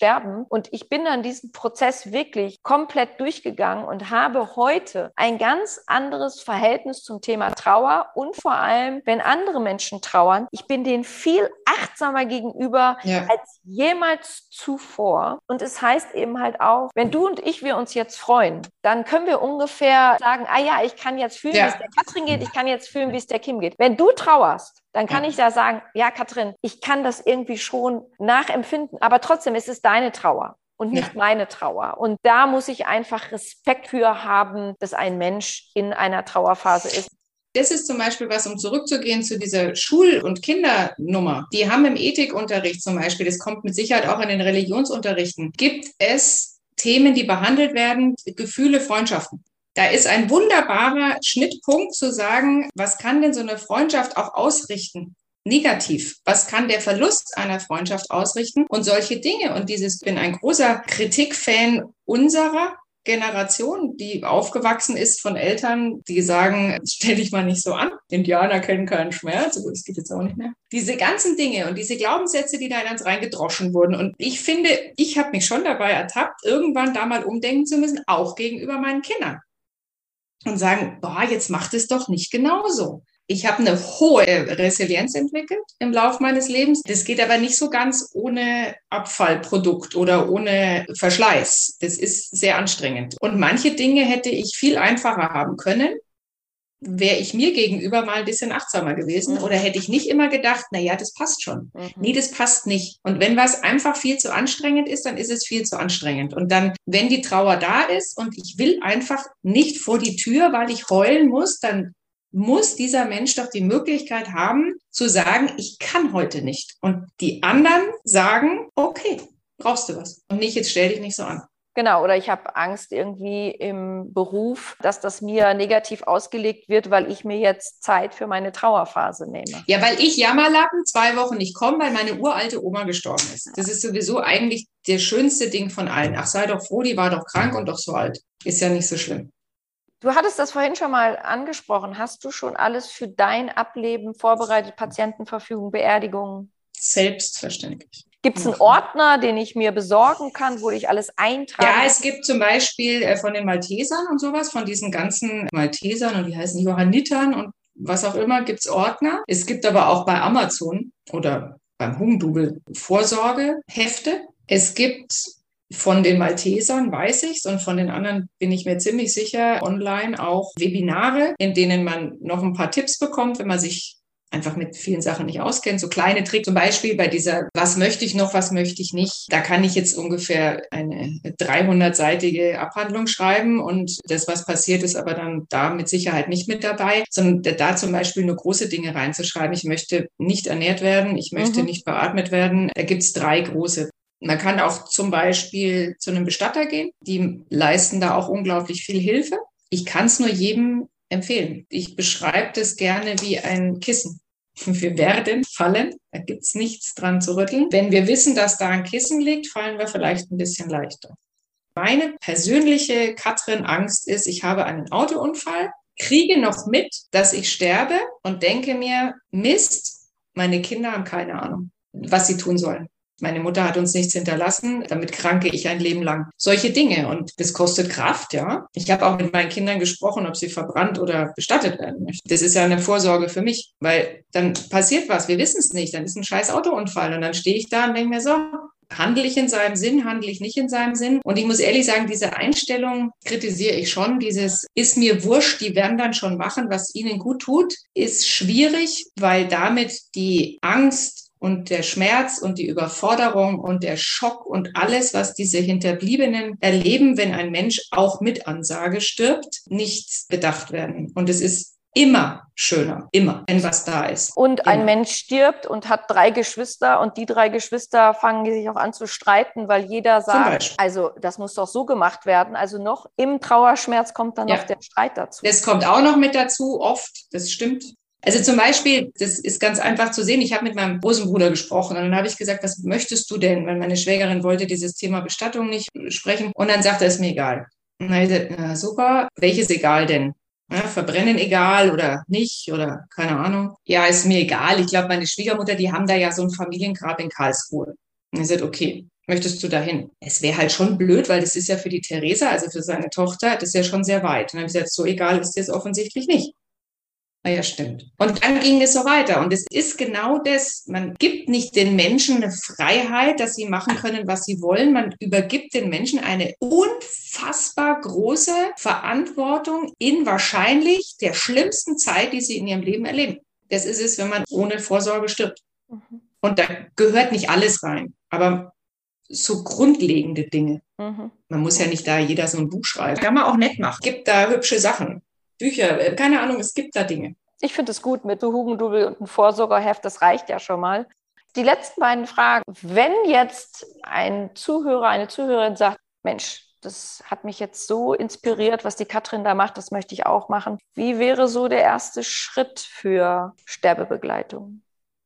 Und ich bin dann diesen Prozess wirklich komplett durchgegangen und habe heute ein ganz anderes Verhältnis zum Thema Trauer und vor allem, wenn andere Menschen trauern, ich bin denen viel achtsamer gegenüber Ja. als jemals zuvor. Und es heißt eben halt auch, wenn du und ich, wir uns jetzt freuen, dann können wir ungefähr sagen, ah ja, ich kann jetzt fühlen, Ja. wie es der Katrin geht, ich kann jetzt fühlen, wie es der Kim geht. Wenn du trauerst, dann kann Ja. ich da sagen, ja, Katrin, ich kann das irgendwie schon nachempfinden, aber trotzdem ist es deine Trauer und nicht Ja. meine Trauer. Und da muss ich einfach Respekt für haben, dass ein Mensch in einer Trauerphase ist. Das ist zum Beispiel was, um zurückzugehen zu dieser Schul- und Kindernummer. Die haben im Ethikunterricht zum Beispiel, das kommt mit Sicherheit auch in den Religionsunterrichten, gibt es Themen, die behandelt werden, Gefühle, Freundschaften. Da ist ein wunderbarer Schnittpunkt zu sagen, was kann denn so eine Freundschaft auch ausrichten? Negativ. Was kann der Verlust einer Freundschaft ausrichten? Und solche Dinge. Und dieses, ich bin ein großer Kritikfan unserer Generation, die aufgewachsen ist von Eltern, die sagen, stell dich mal nicht so an. Indianer kennen keinen Schmerz, aber das geht jetzt auch nicht mehr. Diese ganzen Dinge und diese Glaubenssätze, die da in uns reingedroschen wurden. Und ich finde, ich habe mich schon dabei ertappt, irgendwann da mal umdenken zu müssen, auch gegenüber meinen Kindern. Und sagen, boah, jetzt macht es doch nicht genauso. Ich habe eine hohe Resilienz entwickelt im Laufe meines Lebens. Das geht aber nicht so ganz ohne Abfallprodukt oder ohne Verschleiß. Das ist sehr anstrengend. Und manche Dinge hätte ich viel einfacher haben können, wäre ich mir gegenüber mal ein bisschen achtsamer gewesen. Mhm. Oder hätte ich nicht immer gedacht, na ja, das passt schon. Mhm. Nee, das passt nicht. Und wenn was einfach viel zu anstrengend ist, dann ist es viel zu anstrengend. Und dann, wenn die Trauer da ist und ich will einfach nicht vor die Tür, weil ich heulen muss, dann muss dieser Mensch doch die Möglichkeit haben, zu sagen, ich kann heute nicht. Und die anderen sagen, okay, brauchst du was. Und nicht, jetzt stell dich nicht so an. Genau, oder ich habe Angst irgendwie im Beruf, dass das mir negativ ausgelegt wird, weil ich mir jetzt Zeit für meine Trauerphase nehme. Ja, weil ich Jammerlappen zwei Wochen nicht komme, weil meine uralte Oma gestorben ist. Das ist sowieso eigentlich das schönste Ding von allen. Ach, sei doch froh, die war doch krank und doch so alt. Ist ja nicht so schlimm. Du hattest das vorhin schon mal angesprochen. Hast du schon alles für dein Ableben vorbereitet? Patientenverfügung, Beerdigungen? Selbstverständlich. Gibt es einen Ordner, den ich mir besorgen kann, wo ich alles eintrage? Ja, es gibt zum Beispiel äh, von den Maltesern und sowas, von diesen ganzen Maltesern und die heißen Johannitern und was auch immer, gibt es Ordner. Es gibt aber auch bei Amazon oder beim Hugendubel Vorsorgehefte. Es gibt von den Maltesern, weiß ich's, und von den anderen bin ich mir ziemlich sicher, online auch Webinare, in denen man noch ein paar Tipps bekommt, wenn man sich einfach mit vielen Sachen nicht auskennt. So kleine Tricks, zum Beispiel bei dieser, was möchte ich noch, was möchte ich nicht. Da kann ich jetzt ungefähr eine dreihundertseitige Abhandlung schreiben und das, was passiert, ist aber dann da mit Sicherheit nicht mit dabei, sondern da zum Beispiel nur große Dinge reinzuschreiben. Ich möchte nicht ernährt werden, ich möchte Mhm. nicht beatmet werden. Da gibt's drei große. Man kann auch zum Beispiel zu einem Bestatter gehen. Die leisten da auch unglaublich viel Hilfe. Ich kann es nur jedem empfehlen. Ich beschreibe das gerne wie ein Kissen. Wir werden fallen, da gibt's nichts dran zu rütteln. Wenn wir wissen, dass da ein Kissen liegt, fallen wir vielleicht ein bisschen leichter. Meine persönliche Katrin-Angst ist, ich habe einen Autounfall, kriege noch mit, dass ich sterbe und denke mir, Mist, meine Kinder haben keine Ahnung, was sie tun sollen. Meine Mutter hat uns nichts hinterlassen, damit kranke ich ein Leben lang. Solche Dinge. Und das kostet Kraft, ja. Ich habe auch mit meinen Kindern gesprochen, ob sie verbrannt oder bestattet werden möchten. Das ist ja eine Vorsorge für mich, weil dann passiert was. Wir wissen es nicht. Dann ist ein scheiß Autounfall. Und dann stehe ich da und denke mir so, handle ich in seinem Sinn, handle ich nicht in seinem Sinn? Und ich muss ehrlich sagen, diese Einstellung kritisiere ich schon. Dieses ist mir wurscht, die werden dann schon machen, was ihnen gut tut, ist schwierig, weil damit die Angst und der Schmerz und die Überforderung und der Schock und alles, was diese Hinterbliebenen erleben, wenn ein Mensch auch mit Ansage stirbt, nicht bedacht werden. Und es ist immer schöner, immer, wenn was da ist. Und ein Immer. Mensch stirbt und hat drei Geschwister und die drei Geschwister fangen sich auch an zu streiten, weil jeder sagt, also das muss doch so gemacht werden. Also noch im Trauerschmerz kommt dann Ja. noch der Streit dazu. Das kommt auch noch mit dazu, oft, das stimmt. Also zum Beispiel, das ist ganz einfach zu sehen, ich habe mit meinem großen Bruder gesprochen und dann habe ich gesagt, was möchtest du denn? Weil meine Schwägerin wollte dieses Thema Bestattung nicht sprechen und dann sagte er, ist mir egal. Und dann habe ich gesagt, na super, welches egal denn? Ja, verbrennen egal oder nicht oder keine Ahnung. Ja, ist mir egal. Ich glaube, meine Schwiegermutter, die haben da ja so ein Familiengrab in Karlsruhe. Und ich sagte, okay, Möchtest du dahin? Es wäre halt schon blöd, weil das ist ja für die Theresa, also für seine Tochter, das ist ja schon sehr weit. Und dann habe ich gesagt, so egal ist dir es offensichtlich nicht. Ah ja, stimmt. Und dann ging es so weiter. Und es ist genau das. Man gibt nicht den Menschen eine Freiheit, dass sie machen können, was sie wollen. Man übergibt den Menschen eine unfassbar große Verantwortung in wahrscheinlich der schlimmsten Zeit, die sie in ihrem Leben erleben. Das ist es, wenn man ohne Vorsorge stirbt. Mhm. Und da gehört nicht alles rein, aber so grundlegende Dinge. Mhm. Man muss ja nicht da jeder so ein Buch schreiben. Kann man auch nett machen. Es gibt da hübsche Sachen. Bücher, keine Ahnung, es gibt da Dinge. Ich finde es gut mit Hugendubel und einem Vorsorgerheft, das reicht ja schon mal. Die letzten beiden Fragen. Wenn jetzt ein Zuhörer, eine Zuhörerin sagt, Mensch, das hat mich jetzt so inspiriert, was die Katrin da macht, das möchte ich auch machen. Wie wäre so der erste Schritt für Sterbebegleitung?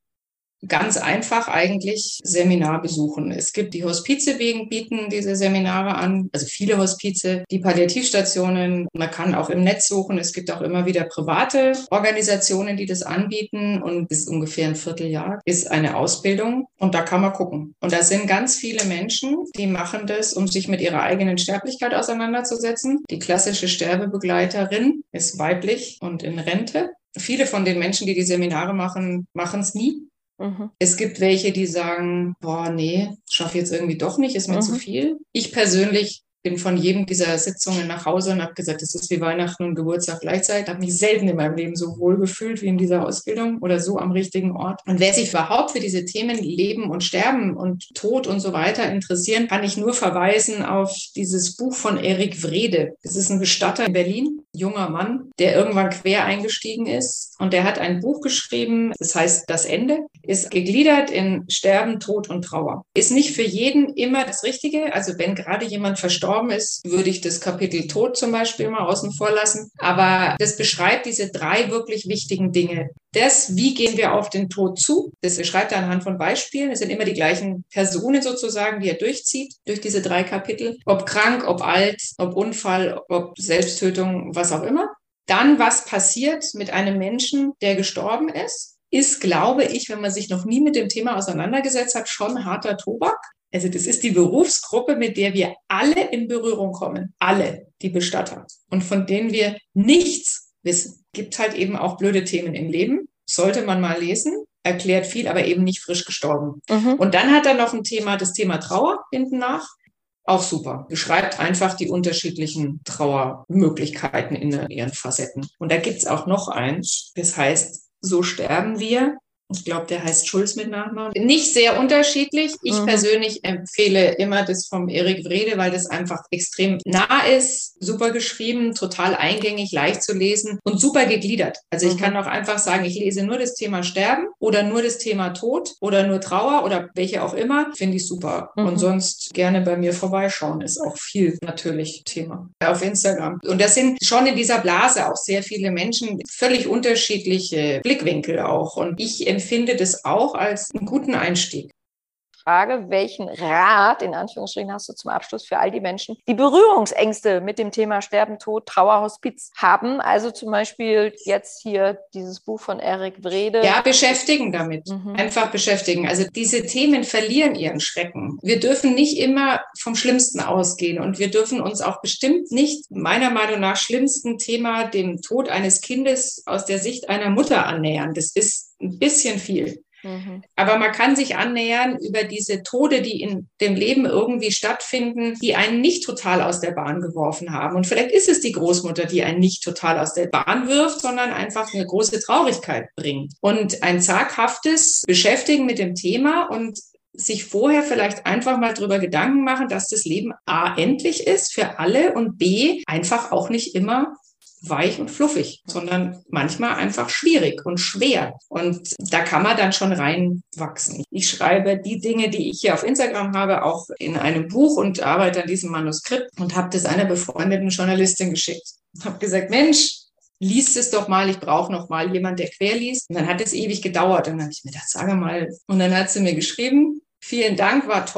Ganz einfach eigentlich Seminar besuchen. Es gibt die Hospize, bieten diese Seminare an, also viele Hospize, die Palliativstationen. Man kann auch im Netz suchen. Es gibt auch immer wieder private Organisationen, die das anbieten. Und bis ungefähr ein Vierteljahr ist eine Ausbildung. Und da kann man gucken. Und da sind ganz viele Menschen, die machen das, um sich mit ihrer eigenen Sterblichkeit auseinanderzusetzen. Die klassische Sterbebegleiterin ist weiblich und in Rente. Viele von den Menschen, die die Seminare machen, machen es nie. Mhm. Es gibt welche, die sagen, boah, nee, schaffe jetzt irgendwie doch nicht, ist mir mhm. zu viel. Ich persönlich bin von jedem dieser Sitzungen nach Hause und habe gesagt, das ist wie Weihnachten und Geburtstag gleichzeitig. Habe mich selten in meinem Leben so wohl gefühlt wie in dieser Ausbildung oder so am richtigen Ort. Und wer sich überhaupt für diese Themen Leben und Sterben und Tod und so weiter interessieren, kann ich nur verweisen auf dieses Buch von Erik Wrede. Das ist ein Bestatter in Berlin, junger Mann, der irgendwann quer eingestiegen ist. Und der hat ein Buch geschrieben, das heißt Das Ende, ist gegliedert in Sterben, Tod und Trauer. Ist nicht für jeden immer das Richtige. Also wenn gerade jemand verstorben ist, würde ich das Kapitel Tod zum Beispiel mal außen vor lassen. Aber das beschreibt diese drei wirklich wichtigen Dinge. Das, wie gehen wir auf den Tod zu, das beschreibt er anhand von Beispielen. Es sind immer die gleichen Personen sozusagen, die er durchzieht, durch diese drei Kapitel. Ob krank, ob alt, ob Unfall, ob Selbsttötung, was auch immer. Dann, was passiert mit einem Menschen, der gestorben ist, ist, glaube ich, wenn man sich noch nie mit dem Thema auseinandergesetzt hat, schon harter Tobak. Also das ist die Berufsgruppe, mit der wir alle in Berührung kommen. Alle, die Bestatter. Und von denen wir nichts wissen. Gibt halt eben auch blöde Themen im Leben. Sollte man mal lesen. Erklärt viel, aber eben nicht frisch gestorben. Mhm. Und dann hat er noch ein Thema, das Thema Trauer hinten nach. Auch super. Beschreibt einfach die unterschiedlichen Trauermöglichkeiten in ihren Facetten. Und da gibt's auch noch eins. Das heißt, So sterben wir. Ich glaube, der heißt Schulz mit Nachnamen. Nicht sehr unterschiedlich. Ich mhm. persönlich empfehle immer das vom Erik Wrede, weil das einfach extrem nah ist, super geschrieben, total eingängig, leicht zu lesen und super gegliedert. Also mhm. ich kann auch einfach sagen, ich lese nur das Thema Sterben oder nur das Thema Tod oder nur Trauer oder welche auch immer. Finde ich super. Mhm. Und sonst gerne bei mir vorbeischauen. Ist auch viel natürlich Thema auf Instagram. Und das sind schon in dieser Blase auch sehr viele Menschen, völlig unterschiedliche Blickwinkel auch. Und ich empfinde das auch als einen guten Einstieg. Frage, welchen Rat, in Anführungsstrichen, hast du zum Abschluss für all die Menschen, die Berührungsängste mit dem Thema Sterben, Tod, Trauer, Hospiz haben? Also zum Beispiel jetzt hier dieses Buch von Erik Wrede. Ja, beschäftigen damit. Mhm. Einfach beschäftigen. Also diese Themen verlieren ihren Schrecken. Wir dürfen nicht immer vom Schlimmsten ausgehen und wir dürfen uns auch bestimmt nicht, meiner Meinung nach, schlimmsten Thema, dem Tod eines Kindes aus der Sicht einer Mutter annähern. Das ist ein bisschen viel. Mhm. Aber man kann sich annähern über diese Tode, die in dem Leben irgendwie stattfinden, die einen nicht total aus der Bahn geworfen haben. Und vielleicht ist es die Großmutter, die einen nicht total aus der Bahn wirft, sondern einfach eine große Traurigkeit bringt. Und ein zaghaftes Beschäftigen mit dem Thema und sich vorher vielleicht einfach mal drüber Gedanken machen, dass das Leben A, endlich ist für alle und B, einfach auch nicht immer weich und fluffig, sondern manchmal einfach schwierig und schwer. Und da kann man dann schon reinwachsen. Ich schreibe die Dinge, die ich hier auf Instagram habe, auch in einem Buch und arbeite an diesem Manuskript und habe das einer befreundeten Journalistin geschickt. Habe gesagt, Mensch, liest es doch mal, ich brauche noch mal jemand, der quer liest. Und dann hat es ewig gedauert. Und dann habe ich mir gedacht, sage mal. Und dann hat sie mir geschrieben, vielen Dank, war toll.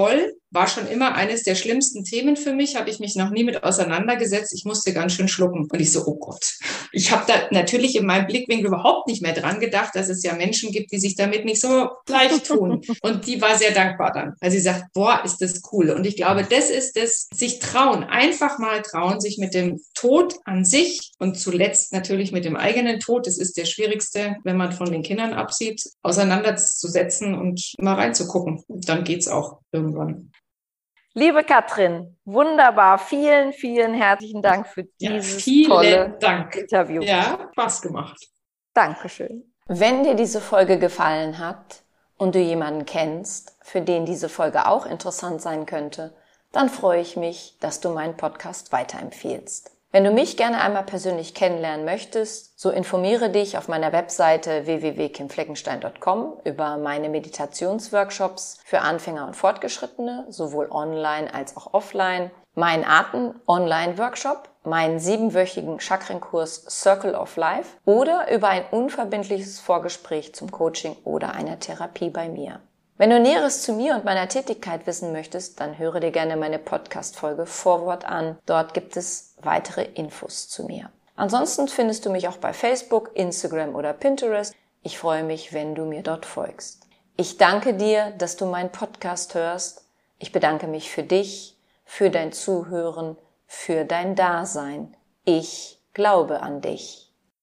war schon immer eines der schlimmsten Themen für mich, habe ich mich noch nie mit auseinandergesetzt. Ich musste ganz schön schlucken. Und ich so, oh Gott. Ich habe da natürlich in meinem Blickwinkel überhaupt nicht mehr dran gedacht, dass es ja Menschen gibt, die sich damit nicht so leicht tun. Und die war sehr dankbar dann, weil sie sagt, boah, ist das cool. Und ich glaube, das ist das, sich trauen, einfach mal trauen, sich mit dem Tod an sich und zuletzt natürlich mit dem eigenen Tod, das ist der schwierigste, wenn man von den Kindern absieht, auseinanderzusetzen und mal reinzugucken. Und dann geht's auch irgendwann. Liebe Katrin, wunderbar. Vielen, vielen herzlichen Dank für dieses ja, tolle Dank. Interview. Ja, Spaß gemacht. Dankeschön. Wenn dir diese Folge gefallen hat und du jemanden kennst, für den diese Folge auch interessant sein könnte, dann freue ich mich, dass du meinen Podcast weiterempfiehlst. Wenn du mich gerne einmal persönlich kennenlernen möchtest, so informiere dich auf meiner Webseite w w w punkt kim fleckenstein punkt com über meine Meditationsworkshops für Anfänger und Fortgeschrittene, sowohl online als auch offline, meinen Atem-Online-Workshop, meinen siebenwöchigen Chakrenkurs Circle of Life oder über ein unverbindliches Vorgespräch zum Coaching oder einer Therapie bei mir. Wenn du Näheres zu mir und meiner Tätigkeit wissen möchtest, dann höre dir gerne meine Podcast-Folge Vorwort an. Dort gibt es weitere Infos zu mir. Ansonsten findest du mich auch bei Facebook, Instagram oder Pinterest. Ich freue mich, wenn du mir dort folgst. Ich danke dir, dass du meinen Podcast hörst. Ich bedanke mich für dich, für dein Zuhören, für dein Dasein. Ich glaube an dich.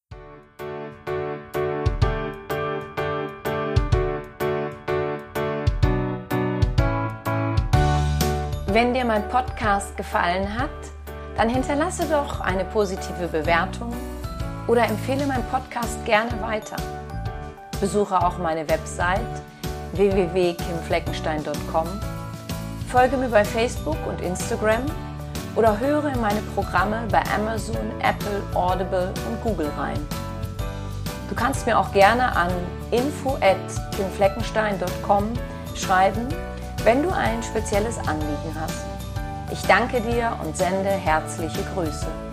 Wenn dir mein Podcast gefallen hat, dann hinterlasse doch eine positive Bewertung oder empfehle meinen Podcast gerne weiter. Besuche auch meine Website w w w punkt kim fleckenstein punkt com, folge mir bei Facebook und Instagram oder höre in meine Programme bei Amazon, Apple, Audible und Google rein. Du kannst mir auch gerne an info at kim fleckenstein punkt com schreiben, wenn du ein spezielles Anliegen hast. Ich danke dir und sende herzliche Grüße.